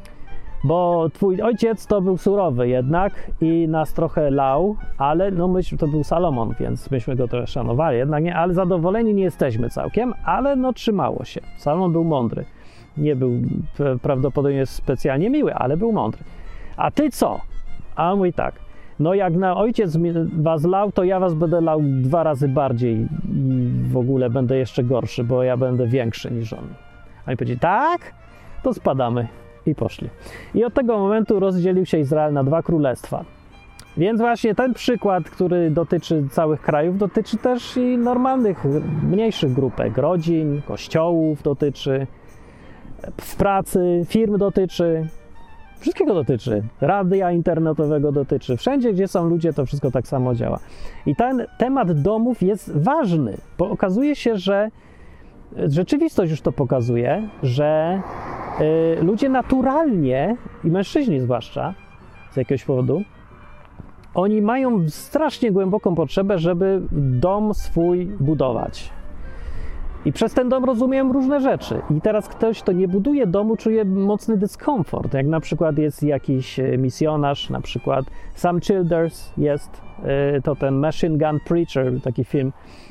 [SPEAKER 1] Bo twój ojciec to był surowy jednak i nas trochę lał, ale no to był Salomon, więc myśmy go trochę szanowali, jednak nie, ale zadowoleni nie jesteśmy całkiem, ale no trzymało się. Salomon był mądry. Nie był prawdopodobnie specjalnie miły, ale był mądry. A ty co? A on mówi tak, no jak na ojciec was lał, to ja was będę lał 2 razy bardziej i w ogóle będę jeszcze gorszy, bo ja będę większy niż on. A oni powiedzieli, tak? To spadamy. I poszli. I od tego momentu rozdzielił się Izrael na 2 królestwa. Więc właśnie ten przykład, który dotyczy całych krajów, dotyczy też i normalnych, mniejszych grupek, rodzin, kościołów dotyczy, w pracy, firm dotyczy, wszystkiego dotyczy, radia internetowego dotyczy. Wszędzie, gdzie są ludzie, to wszystko tak samo działa. I ten temat domów jest ważny, bo okazuje się, że rzeczywistość już to pokazuje, że ludzie naturalnie, i mężczyźni zwłaszcza, z jakiegoś powodu, oni mają strasznie głęboką potrzebę, żeby dom swój budować. I przez ten dom rozumiem różne rzeczy. I teraz ktoś, kto nie buduje domu, czuje mocny dyskomfort. Jak na przykład jest jakiś misjonarz, na przykład Sam Childers jest, to ten Machine Gun Preacher, taki film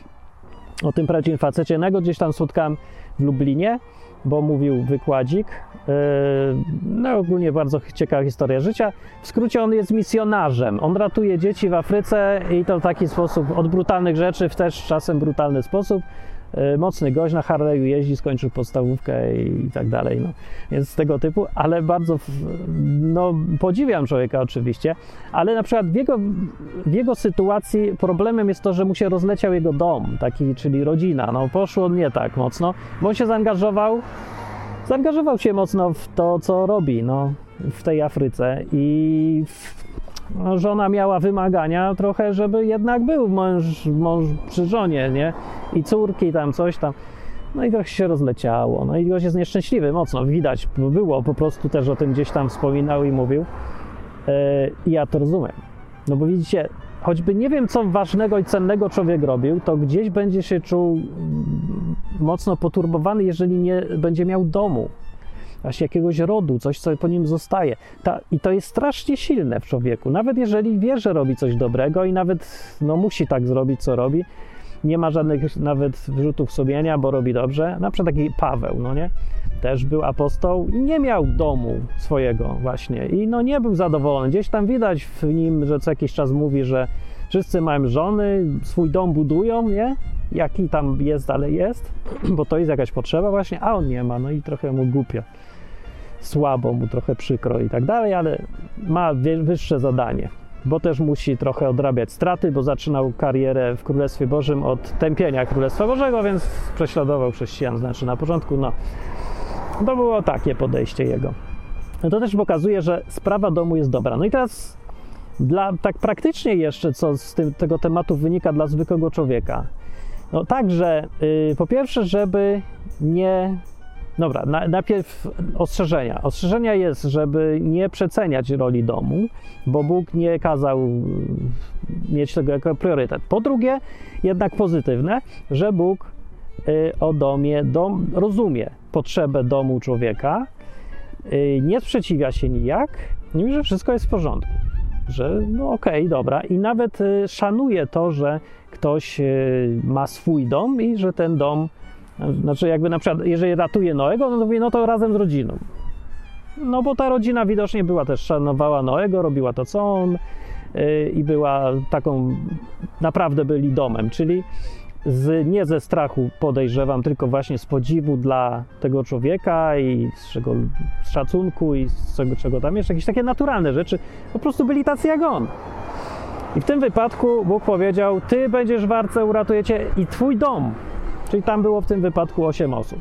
[SPEAKER 1] o tym prawdziwym facecie. Ja go gdzieś tam spotkałem w Lublinie, bo mówił wykładzik. No ogólnie bardzo ciekawa historia życia. W skrócie on jest misjonarzem. On ratuje dzieci w Afryce i to w taki sposób, od brutalnych rzeczy w też czasem brutalny sposób. Mocny gość, na Harley'u jeździ, skończył podstawówkę i tak dalej. No. Więc z tego typu, ale bardzo podziwiam człowieka oczywiście, ale na przykład w jego sytuacji problemem jest to, że mu się rozleciał jego dom, czyli rodzina. No, poszło nie tak mocno, bo on się zaangażował się mocno w to, co robi w tej Afryce i żona miała wymagania trochę, żeby jednak był mąż przy żonie, nie? I córki tam, coś tam. No i trochę się rozleciało. No i gość jest nieszczęśliwy, mocno widać. Było po prostu też o tym gdzieś tam wspominał i mówił. I ja to rozumiem. No bo widzicie, choćby nie wiem, co ważnego i cennego człowiek robił, to gdzieś będzie się czuł mocno poturbowany, jeżeli nie będzie miał domu. Właśnie jakiegoś rodu, coś, co po nim zostaje. I to jest strasznie silne w człowieku. Nawet jeżeli wie, że robi coś dobrego i nawet musi tak zrobić, co robi, nie ma żadnych nawet wyrzutów sumienia, bo robi dobrze. Na przykład taki Paweł, nie? Też był apostoł i nie miał domu swojego właśnie. I nie był zadowolony. Gdzieś tam widać w nim, że co jakiś czas mówi, że wszyscy mają żony, swój dom budują, nie? Jaki tam jest, ale jest, bo to jest jakaś potrzeba właśnie, a on nie ma, i trochę mu głupio. Słabo mu, trochę przykro i tak dalej, ale ma wyższe zadanie, bo też musi trochę odrabiać straty, bo zaczynał karierę w Królestwie Bożym od tępienia Królestwa Bożego, więc prześladował chrześcijan, na początku, to było takie podejście jego. To też pokazuje, że sprawa domu jest dobra. No i teraz tak praktycznie jeszcze, co z tego tematu wynika dla zwykłego człowieka. Także po pierwsze, żeby nie Dobra, najpierw ostrzeżenia. Ostrzeżenia jest, żeby nie przeceniać roli domu, bo Bóg nie kazał mieć tego jako priorytet. Po drugie, jednak pozytywne, że Bóg dom rozumie potrzebę domu człowieka, nie sprzeciwia się nijak, i że wszystko jest w porządku. Że no okej, dobra. I nawet szanuje to, że ktoś ma swój dom i że ten dom, znaczy jakby na przykład, jeżeli ratuje Noego, no to mówi, no to razem z rodziną. No bo ta rodzina widocznie szanowała Noego, robiła to, co on i była taką, naprawdę byli domem, czyli nie ze strachu podejrzewam, tylko właśnie z podziwu dla tego człowieka i z szacunku i z czego tam jeszcze, jakieś takie naturalne rzeczy, po prostu byli tacy jak on. I w tym wypadku Bóg powiedział, ty będziesz w arce, uratuje cię i twój dom. Czyli tam było w tym wypadku 8 osób.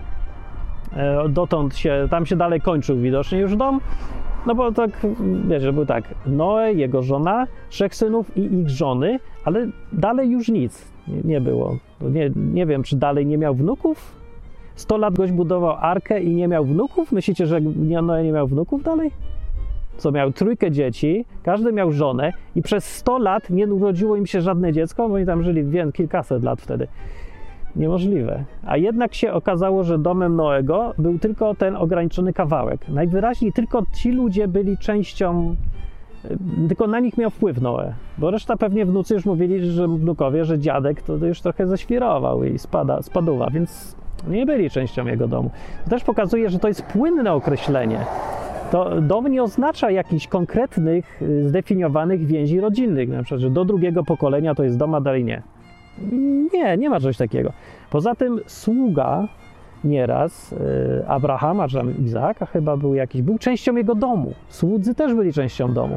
[SPEAKER 1] Tam się dalej kończył widocznie już dom, no bo tak, wiecie, był tak, Noe, jego żona, 3 synów i ich żony, ale dalej już nic nie było. Nie wiem, czy dalej nie miał wnuków? 100 lat goś budował arkę i nie miał wnuków? Myślicie, że Noe nie miał wnuków dalej? Co, miał 3 dzieci, każdy miał żonę i przez 100 lat nie urodziło im się żadne dziecko, bo oni tam żyli kilkaset lat wtedy. Niemożliwe. A jednak się okazało, że domem Noego był tylko ten ograniczony kawałek. Najwyraźniej tylko ci ludzie byli częścią, tylko na nich miał wpływ Noe. Bo reszta pewnie wnucy już mówili, że wnukowie, że dziadek to już trochę zaświrował i spaduwa, więc nie byli częścią jego domu. To też pokazuje, że to jest płynne określenie. To dom nie oznacza jakichś konkretnych, zdefiniowanych więzi rodzinnych. Na przykład, że do 2. pokolenia to jest dom, a dalej nie. Nie ma czegoś takiego. Poza tym sługa nieraz Abrahama, czy tam Izaaka chyba był częścią jego domu. Słudzy też byli częścią domu.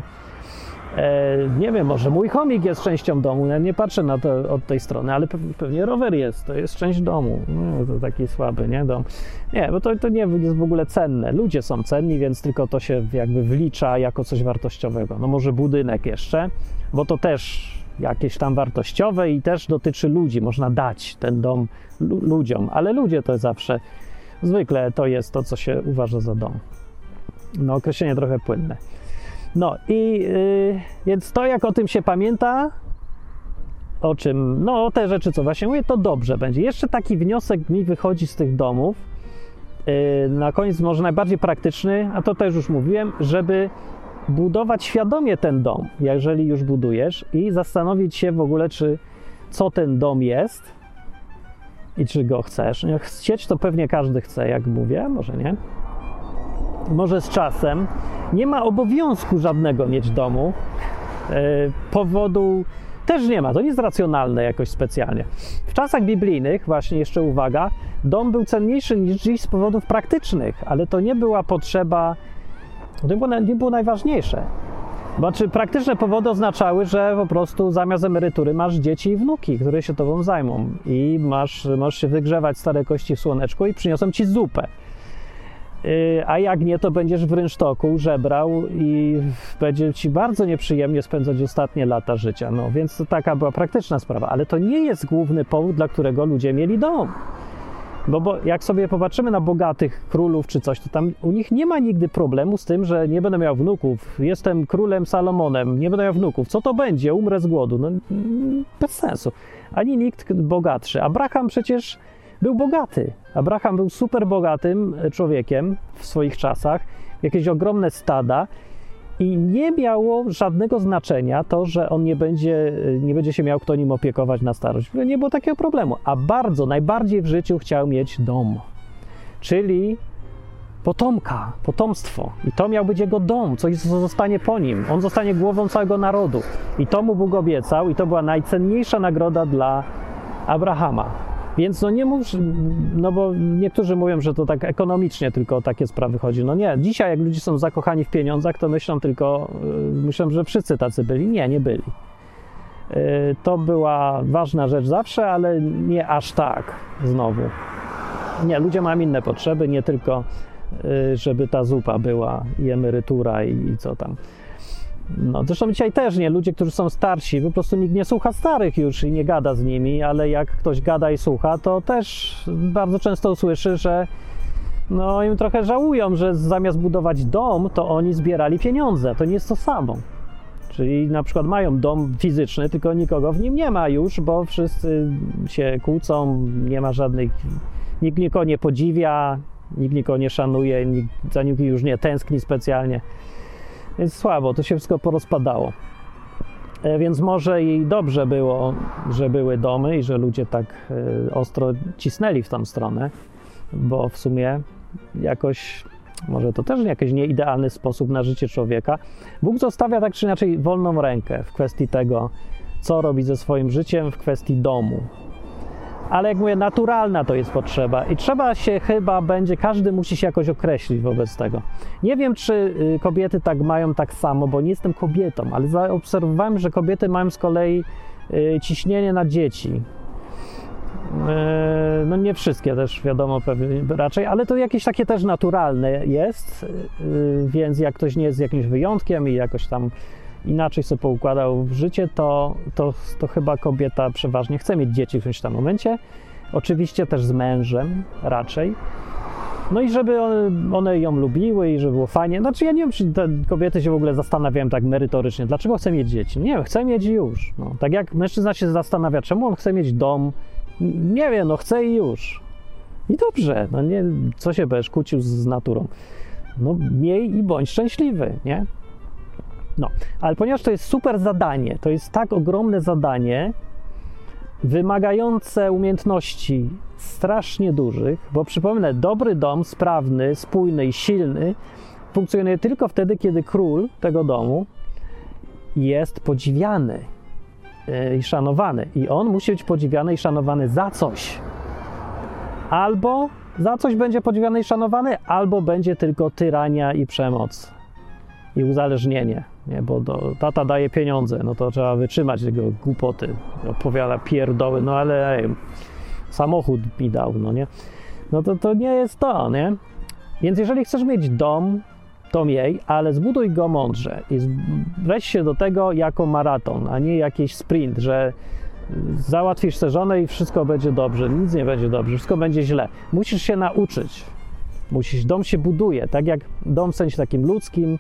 [SPEAKER 1] Nie wiem, może mój chomik jest częścią domu, ja nie patrzę na to od tej strony, ale pewnie rower to jest część domu. No, to taki słaby, nie? Dom. Nie, bo to nie jest w ogóle cenne. Ludzie są cenni, więc tylko to się jakby wlicza jako coś wartościowego. No może budynek jeszcze, bo to też jakieś tam wartościowe i też dotyczy ludzi. Można dać ten dom ludziom, ale ludzie to zawsze, zwykle to jest to, co się uważa za dom. No określenie trochę płynne. No i więc to, jak o tym się pamięta, o czym, no te rzeczy, co właśnie mówię, to dobrze będzie. Jeszcze taki wniosek mi wychodzi z tych domów, na koniec może najbardziej praktyczny, a to też już mówiłem, żeby budować świadomie ten dom, jeżeli już budujesz, i zastanowić się w ogóle, co ten dom jest i czy go chcesz. Chcieć to pewnie każdy chce, jak mówię, może nie. Może z czasem. Nie ma obowiązku żadnego mieć domu. Powodu też nie ma, to nie jest racjonalne jakoś specjalnie. W czasach biblijnych, właśnie jeszcze uwaga, dom był cenniejszy niż dziś z powodów praktycznych, ale to nie była potrzeba, to nie było najważniejsze. Znaczy praktyczne powody oznaczały, że po prostu zamiast emerytury masz dzieci i wnuki, które się tobą zajmą i możesz się wygrzewać stare kości w słoneczku i przyniosą ci zupę. A jak nie, to będziesz w rynsztoku żebrał i będzie ci bardzo nieprzyjemnie spędzać ostatnie lata życia. No więc to taka była praktyczna sprawa, ale to nie jest główny powód, dla którego ludzie mieli dom. Bo jak sobie popatrzymy na bogatych królów czy coś, to tam u nich nie ma nigdy problemu z tym, że nie będę miał wnuków, jestem królem Salomonem, nie będę miał wnuków, co to będzie, umrę z głodu. No bez sensu. Ani nikt bogatszy. Abraham przecież był bogaty. Abraham był super bogatym człowiekiem w swoich czasach, jakieś ogromne stada i nie miało żadnego znaczenia to, że on nie będzie się miał kto nim opiekować na starość. Nie było takiego problemu. A najbardziej w życiu chciał mieć dom, czyli potomstwo. I to miał być jego dom, coś co zostanie po nim. On zostanie głową całego narodu. I to mu Bóg obiecał i to była najcenniejsza nagroda dla Abrahama. Więc no nie mów, no bo niektórzy mówią, że to tak ekonomicznie tylko o takie sprawy chodzi. No nie, dzisiaj jak ludzie są zakochani w pieniądzach, to myślą, że wszyscy tacy byli. Nie byli. To była ważna rzecz zawsze, ale nie aż tak znowu. Nie, ludzie mają inne potrzeby, nie tylko żeby ta zupa była i emerytura i co tam. No, zresztą dzisiaj też nie, ludzie, którzy są starsi, po prostu nikt nie słucha starych już i nie gada z nimi, ale jak ktoś gada i słucha, to też bardzo często usłyszy, że no im trochę żałują, że zamiast budować dom, to oni zbierali pieniądze. To nie jest to samo. Czyli na przykład mają dom fizyczny, tylko nikogo w nim nie ma już, bo wszyscy się kłócą, nie ma żadnych, nikt nikogo nie podziwia, nikt nikogo nie szanuje, nikt za nikim już nie tęskni specjalnie. Więc słabo, to się wszystko porozpadało. Więc może i dobrze było, że były domy i że ludzie tak ostro cisnęli w tą stronę, bo w sumie jakoś, może to też jakiś nieidealny sposób na życie człowieka. Bóg zostawia tak czy inaczej wolną rękę w kwestii tego, co robi ze swoim życiem, w kwestii domu. Ale jak mówię, naturalna to jest potrzeba i trzeba się chyba będzie, każdy musi się jakoś określić wobec tego. Nie wiem, czy kobiety tak mają tak samo, bo nie jestem kobietą, ale zaobserwowałem, że kobiety mają z kolei ciśnienie na dzieci. No nie wszystkie też, wiadomo, pewnie raczej, ale to jakieś takie też naturalne jest, więc jak ktoś nie jest jakimś wyjątkiem i jakoś tam inaczej sobie poukładał w życie, to chyba kobieta przeważnie chce mieć dzieci w jakimś tam momencie. Oczywiście też z mężem raczej. No i żeby one ją lubiły i żeby było fajnie. Znaczy ja nie wiem, czy te kobiety się w ogóle zastanawiają tak merytorycznie, dlaczego chce mieć dzieci. Nie wiem, chce mieć już. No, tak jak mężczyzna się zastanawia, czemu on chce mieć dom. Nie wiem, no chce i już. I dobrze, no nie, co się będziesz kłócił z naturą. No miej i bądź szczęśliwy, nie? No, ale ponieważ to jest super zadanie, to jest tak ogromne zadanie, wymagające umiejętności strasznie dużych, bo przypomnę, dobry dom, sprawny, spójny i silny funkcjonuje tylko wtedy, kiedy król tego domu jest podziwiany i szanowany. I on musi być podziwiany i szanowany za coś. Albo za coś będzie podziwiany i szanowany, albo będzie tylko tyrania i przemoc i uzależnienie, nie? Bo tata daje pieniądze, no to trzeba wytrzymać jego głupoty, opowiada pierdoły, no ale samochód mi dał, no nie? No to nie jest to, nie? Więc jeżeli chcesz mieć dom, to miej, ale zbuduj go mądrze i weź się do tego jako maraton, a nie jakiś sprint, że załatwisz tę żonę i wszystko będzie dobrze, nic nie będzie dobrze, wszystko będzie źle. Musisz się nauczyć. Dom się buduje, tak jak dom w sensie takim ludzkim,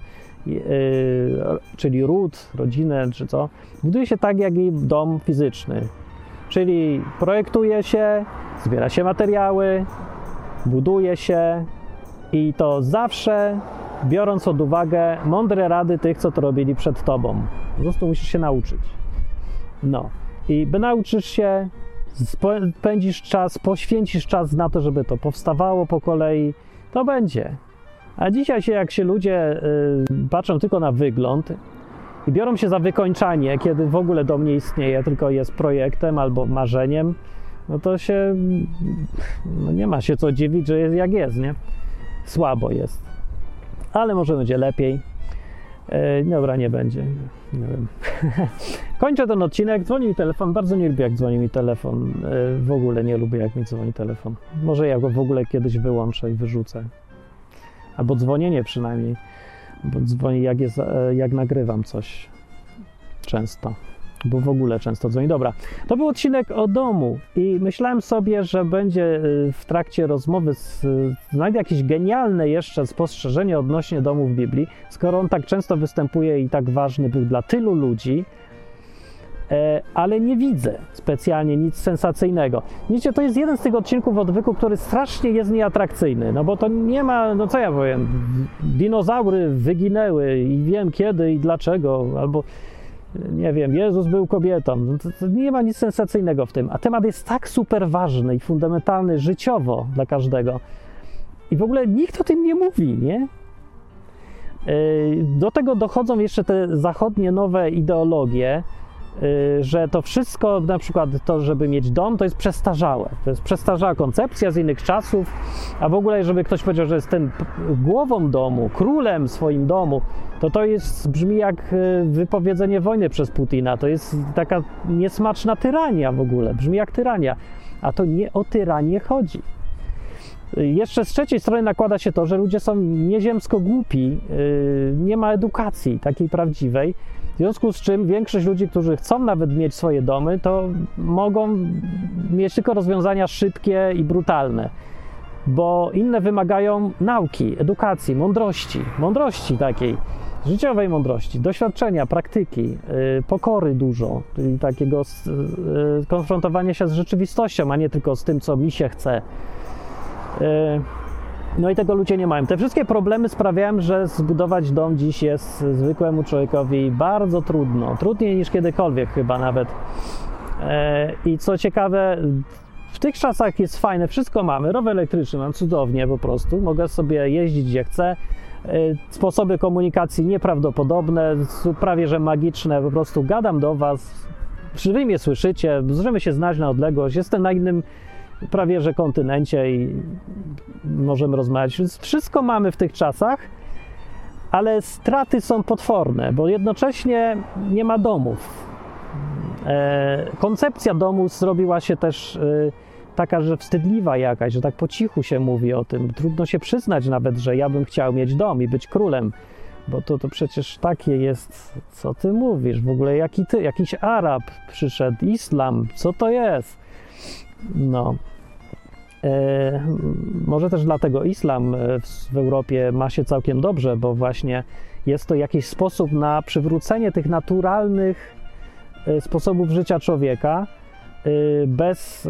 [SPEAKER 1] czyli ród, rodzinę, czy co, buduje się tak jak i dom fizyczny. Czyli projektuje się, zbiera się materiały, buduje się i to zawsze biorąc pod uwagę mądre rady tych, co to robili przed tobą. Po prostu musisz się nauczyć. No i nauczysz się, spędzisz czas, poświęcisz czas na to, żeby to powstawało po kolei, to będzie. A dzisiaj jak się ludzie patrzą tylko na wygląd i biorą się za wykończanie, kiedy w ogóle dom nie istnieje, tylko jest projektem albo marzeniem, no to się, no nie ma się co dziwić, że jest jak jest, nie? Słabo jest. Ale może będzie lepiej. Dobra, nie będzie. Nie wiem. Kończę ten odcinek. Dzwoni mi telefon. Bardzo nie lubię, jak dzwoni mi telefon. W ogóle nie lubię, jak mi dzwoni telefon. Może ja go w ogóle kiedyś wyłączę i wyrzucę. Albo dzwonienie przynajmniej. Bo dzwoni, jak nagrywam coś. Często. Bo w ogóle często dzwoni. Dobra, to był odcinek o domu i myślałem sobie, że będzie w trakcie rozmowy znajdę jakieś genialne jeszcze spostrzeżenie odnośnie domu w Biblii, skoro on tak często występuje i tak ważny był dla tylu ludzi, ale nie widzę specjalnie nic sensacyjnego. Widzicie, to jest jeden z tych odcinków Odwyku, który strasznie jest nieatrakcyjny, no bo to nie ma, no co ja powiem, dinozaury wyginęły i wiem kiedy i dlaczego, albo nie wiem, Jezus był kobietą. To nie ma nic sensacyjnego w tym. A temat jest tak super ważny i fundamentalny życiowo dla każdego. I w ogóle nikt o tym nie mówi, nie? Do tego dochodzą jeszcze te zachodnie nowe ideologie, że to wszystko, na przykład to, żeby mieć dom, to jest przestarzałe. To jest przestarzała koncepcja z innych czasów, a w ogóle, żeby ktoś powiedział, że jest ten głową domu, królem swoim domu, to jest, brzmi jak wypowiedzenie wojny przez Putina. To jest taka niesmaczna tyrania w ogóle, brzmi jak tyrania. A to nie o tyranię chodzi. Jeszcze z trzeciej strony nakłada się to, że ludzie są nieziemsko głupi, nie ma edukacji takiej prawdziwej, w związku z czym większość ludzi, którzy chcą nawet mieć swoje domy, to mogą mieć tylko rozwiązania szybkie i brutalne. bo inne wymagają nauki, edukacji, mądrości takiej, życiowej mądrości, doświadczenia, praktyki, pokory dużo, czyli takiego konfrontowania się z rzeczywistością, a nie tylko z tym, co mi się chce. No i tego ludzie nie mają. Te wszystkie problemy sprawiają, że zbudować dom dziś jest zwykłemu człowiekowi bardzo trudno. Trudniej niż kiedykolwiek chyba nawet. I co ciekawe, w tych czasach jest fajne, wszystko mamy. Rower elektryczny mam cudownie po prostu. Mogę sobie jeździć gdzie chcę. Sposoby komunikacji nieprawdopodobne, prawie że magiczne. Po prostu gadam do was, wy mnie słyszycie, możemy się znać na odległość. Jestem na innym prawie że kontynencie i możemy rozmawiać. Więc wszystko mamy w tych czasach, ale straty są potworne, bo jednocześnie nie ma domów. Koncepcja domu zrobiła się też taka, że wstydliwa jakaś, że tak po cichu się mówi o tym. Trudno się przyznać nawet, że ja bym chciał mieć dom i być królem, bo to przecież takie jest, co ty mówisz, w ogóle jakiś Arab przyszedł, islam, co to jest? No. Może też dlatego islam w Europie ma się całkiem dobrze, bo właśnie jest to jakiś sposób na przywrócenie tych naturalnych sposobów życia człowieka bez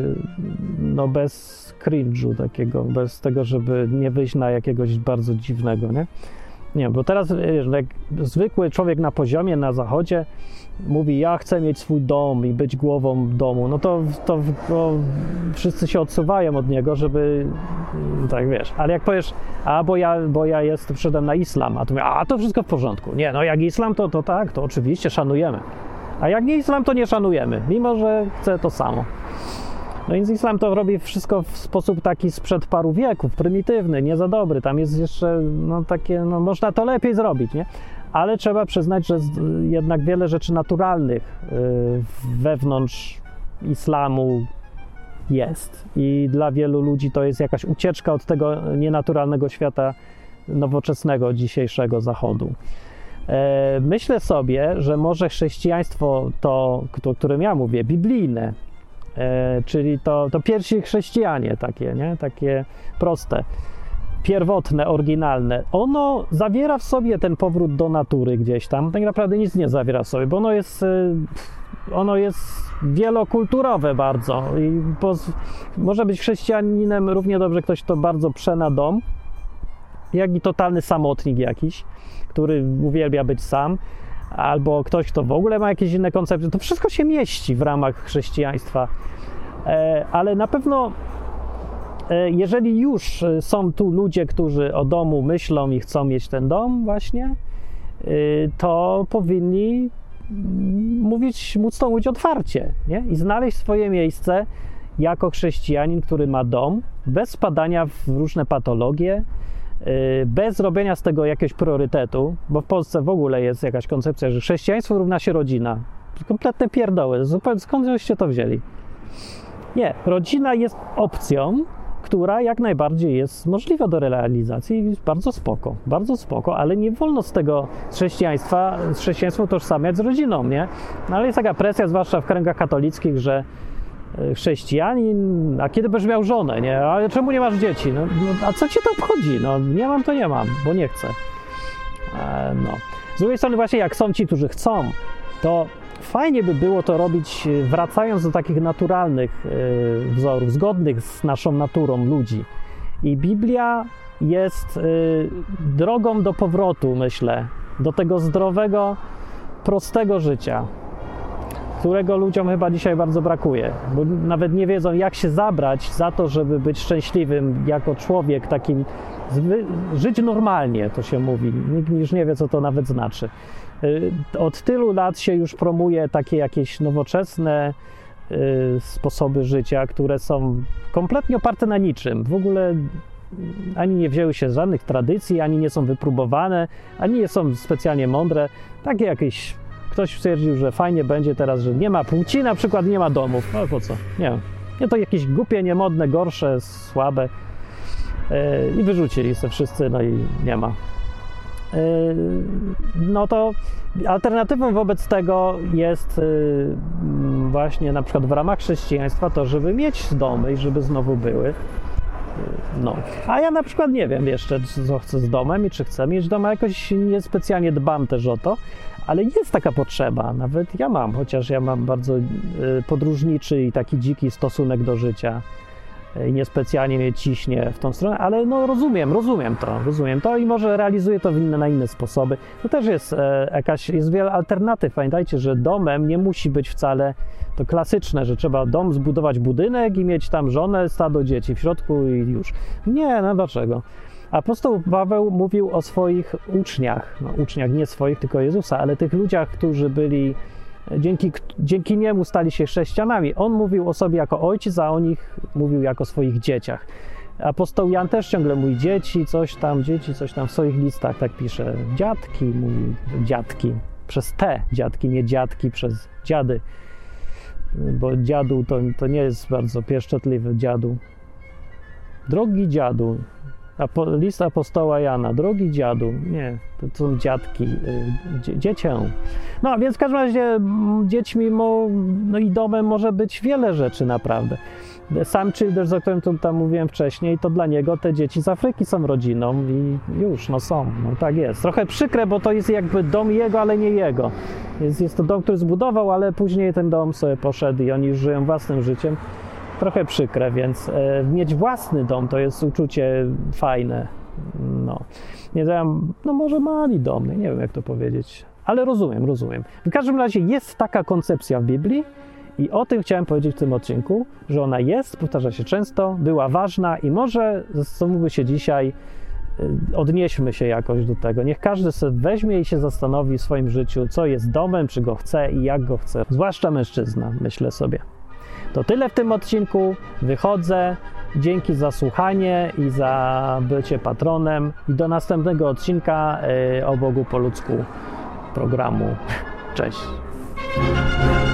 [SPEAKER 1] cringe'u takiego, bez tego, żeby nie wyjść na jakiegoś bardzo dziwnego, nie? Nie, bo teraz jak zwykły człowiek na poziomie, na zachodzie mówi, ja chcę mieć swój dom i być głową domu, no to wszyscy się odsuwają od niego, żeby, tak wiesz, ale jak powiesz, bo ja przyszedłem na islam, a to mówię, to wszystko w porządku. Nie, no jak islam, to tak, to oczywiście szanujemy. A jak nie islam, to nie szanujemy, mimo że chce to samo. No więc islam to robi wszystko w sposób taki sprzed paru wieków, prymitywny, nie za dobry. Tam jest jeszcze, można to lepiej zrobić, nie? Ale trzeba przyznać, że jednak wiele rzeczy naturalnych wewnątrz islamu jest. I dla wielu ludzi to jest jakaś ucieczka od tego nienaturalnego świata nowoczesnego, dzisiejszego Zachodu. Myślę sobie, że może chrześcijaństwo to, o którym ja mówię, biblijne, czyli to pierwsi chrześcijanie takie, nie? Takie proste, pierwotne, oryginalne. Ono zawiera w sobie ten powrót do natury gdzieś tam. Tak naprawdę nic nie zawiera w sobie, bo ono jest wielokulturowe bardzo i może być chrześcijaninem równie dobrze ktoś, kto bardzo prze na dom, jak i totalny samotnik jakiś, który uwielbia być sam, albo ktoś, kto w ogóle ma jakieś inne koncepcje. To wszystko się mieści w ramach chrześcijaństwa. Ale na pewno, jeżeli już są tu ludzie, którzy o domu myślą i chcą mieć ten dom właśnie, to powinni móc to mówić otwarcie, nie? I znaleźć swoje miejsce jako chrześcijanin, który ma dom, bez spadania w różne patologie, bez robienia z tego jakiegoś priorytetu, bo w Polsce w ogóle jest jakaś koncepcja, że chrześcijaństwo równa się rodzina. Kompletne pierdoły. Skąd żeście to wzięli? Nie, rodzina jest opcją, która jak najbardziej jest możliwa do realizacji i bardzo spoko, ale nie wolno z tego chrześcijaństwo utożsamiać z rodziną, nie? No ale jest taka presja, zwłaszcza w kręgach katolickich, że chrześcijanin, a kiedy będziesz miał żonę, nie? Ale czemu nie masz dzieci? No, a co cię to obchodzi? No nie mam, to nie mam, bo nie chcę. No. Z drugiej strony właśnie jak są ci, którzy chcą, to fajnie by było to robić wracając do takich naturalnych wzorów, zgodnych z naszą naturą ludzi. I Biblia jest drogą do powrotu, myślę, do tego zdrowego, prostego życia, którego ludziom chyba dzisiaj bardzo brakuje, bo nawet nie wiedzą, jak się zabrać za to, żeby być szczęśliwym jako człowiek, takim żyć normalnie, to się mówi. Nikt już nie wie, co to nawet znaczy. Od tylu lat się już promuje takie jakieś nowoczesne sposoby życia, które są kompletnie oparte na niczym. W ogóle ani nie wzięły się z żadnych tradycji, ani nie są wypróbowane, ani nie są specjalnie mądre. Takie jakieś... Ktoś stwierdził, że fajnie będzie teraz, że nie ma płci, na przykład nie ma domów. No po co? Nie, to jakieś głupie, niemodne, gorsze, słabe. I wyrzucili se wszyscy, no i nie ma. No to alternatywą wobec tego jest właśnie na przykład w ramach chrześcijaństwa to, żeby mieć domy i żeby znowu były. No. A ja na przykład nie wiem jeszcze, co chcę z domem i czy chcę mieć dom, a jakoś niespecjalnie dbam też o to, ale jest taka potrzeba, nawet ja mam, chociaż ja mam bardzo podróżniczy i taki dziki stosunek do życia i niespecjalnie mnie ciśnie w tą stronę, ale no rozumiem to i może realizuję to na inne sposoby. To też jest jest wiele alternatyw. Pamiętajcie, że domem nie musi być wcale to klasyczne, że trzeba dom zbudować budynek i mieć tam żonę, stado dzieci w środku i już. Nie, no dlaczego? Apostoł Paweł mówił o swoich uczniach, no uczniach nie swoich, tylko Jezusa, ale tych ludziach, którzy byli, dzięki niemu stali się chrześcijanami. On mówił o sobie jako ojciec, a o nich mówił jako o swoich dzieciach. Apostoł Jan też ciągle mówi dzieci, coś tam w swoich listach, tak pisze. Dziadki, mówi dziadki, przez te dziadki, nie dziadki przez dziady, bo dziadu to nie jest bardzo pieszczotliwy dziadu. Drogi dziadu, list apostoła Jana, drogi dziadu, nie, to są dziadki, dziecię. No, więc w każdym razie dziećmi no i domem może być wiele rzeczy naprawdę. Sam Childers, o którym tam mówiłem wcześniej, to dla niego te dzieci z Afryki są rodziną i już, no są, no tak jest. Trochę przykre, bo to jest jakby dom jego, ale nie jego. Jest to dom, który zbudował, ale później ten dom sobie poszedł i oni już żyją własnym życiem. Trochę przykre, więc mieć własny dom to jest uczucie fajne. No, nie wiem, no może mali dom, nie wiem jak to powiedzieć, ale rozumiem. W każdym razie jest taka koncepcja w Biblii i o tym chciałem powiedzieć w tym odcinku, że ona jest, powtarza się często, była ważna i może zastanówmy się dzisiaj, odnieśmy się jakoś do tego. Niech każdy sobie weźmie i się zastanowi w swoim życiu, co jest domem, czy go chce i jak go chce, zwłaszcza mężczyzna, myślę sobie. To tyle w tym odcinku. Wychodzę. Dzięki za słuchanie i za bycie patronem. I do następnego odcinka o Bogu po ludzku programu. Cześć.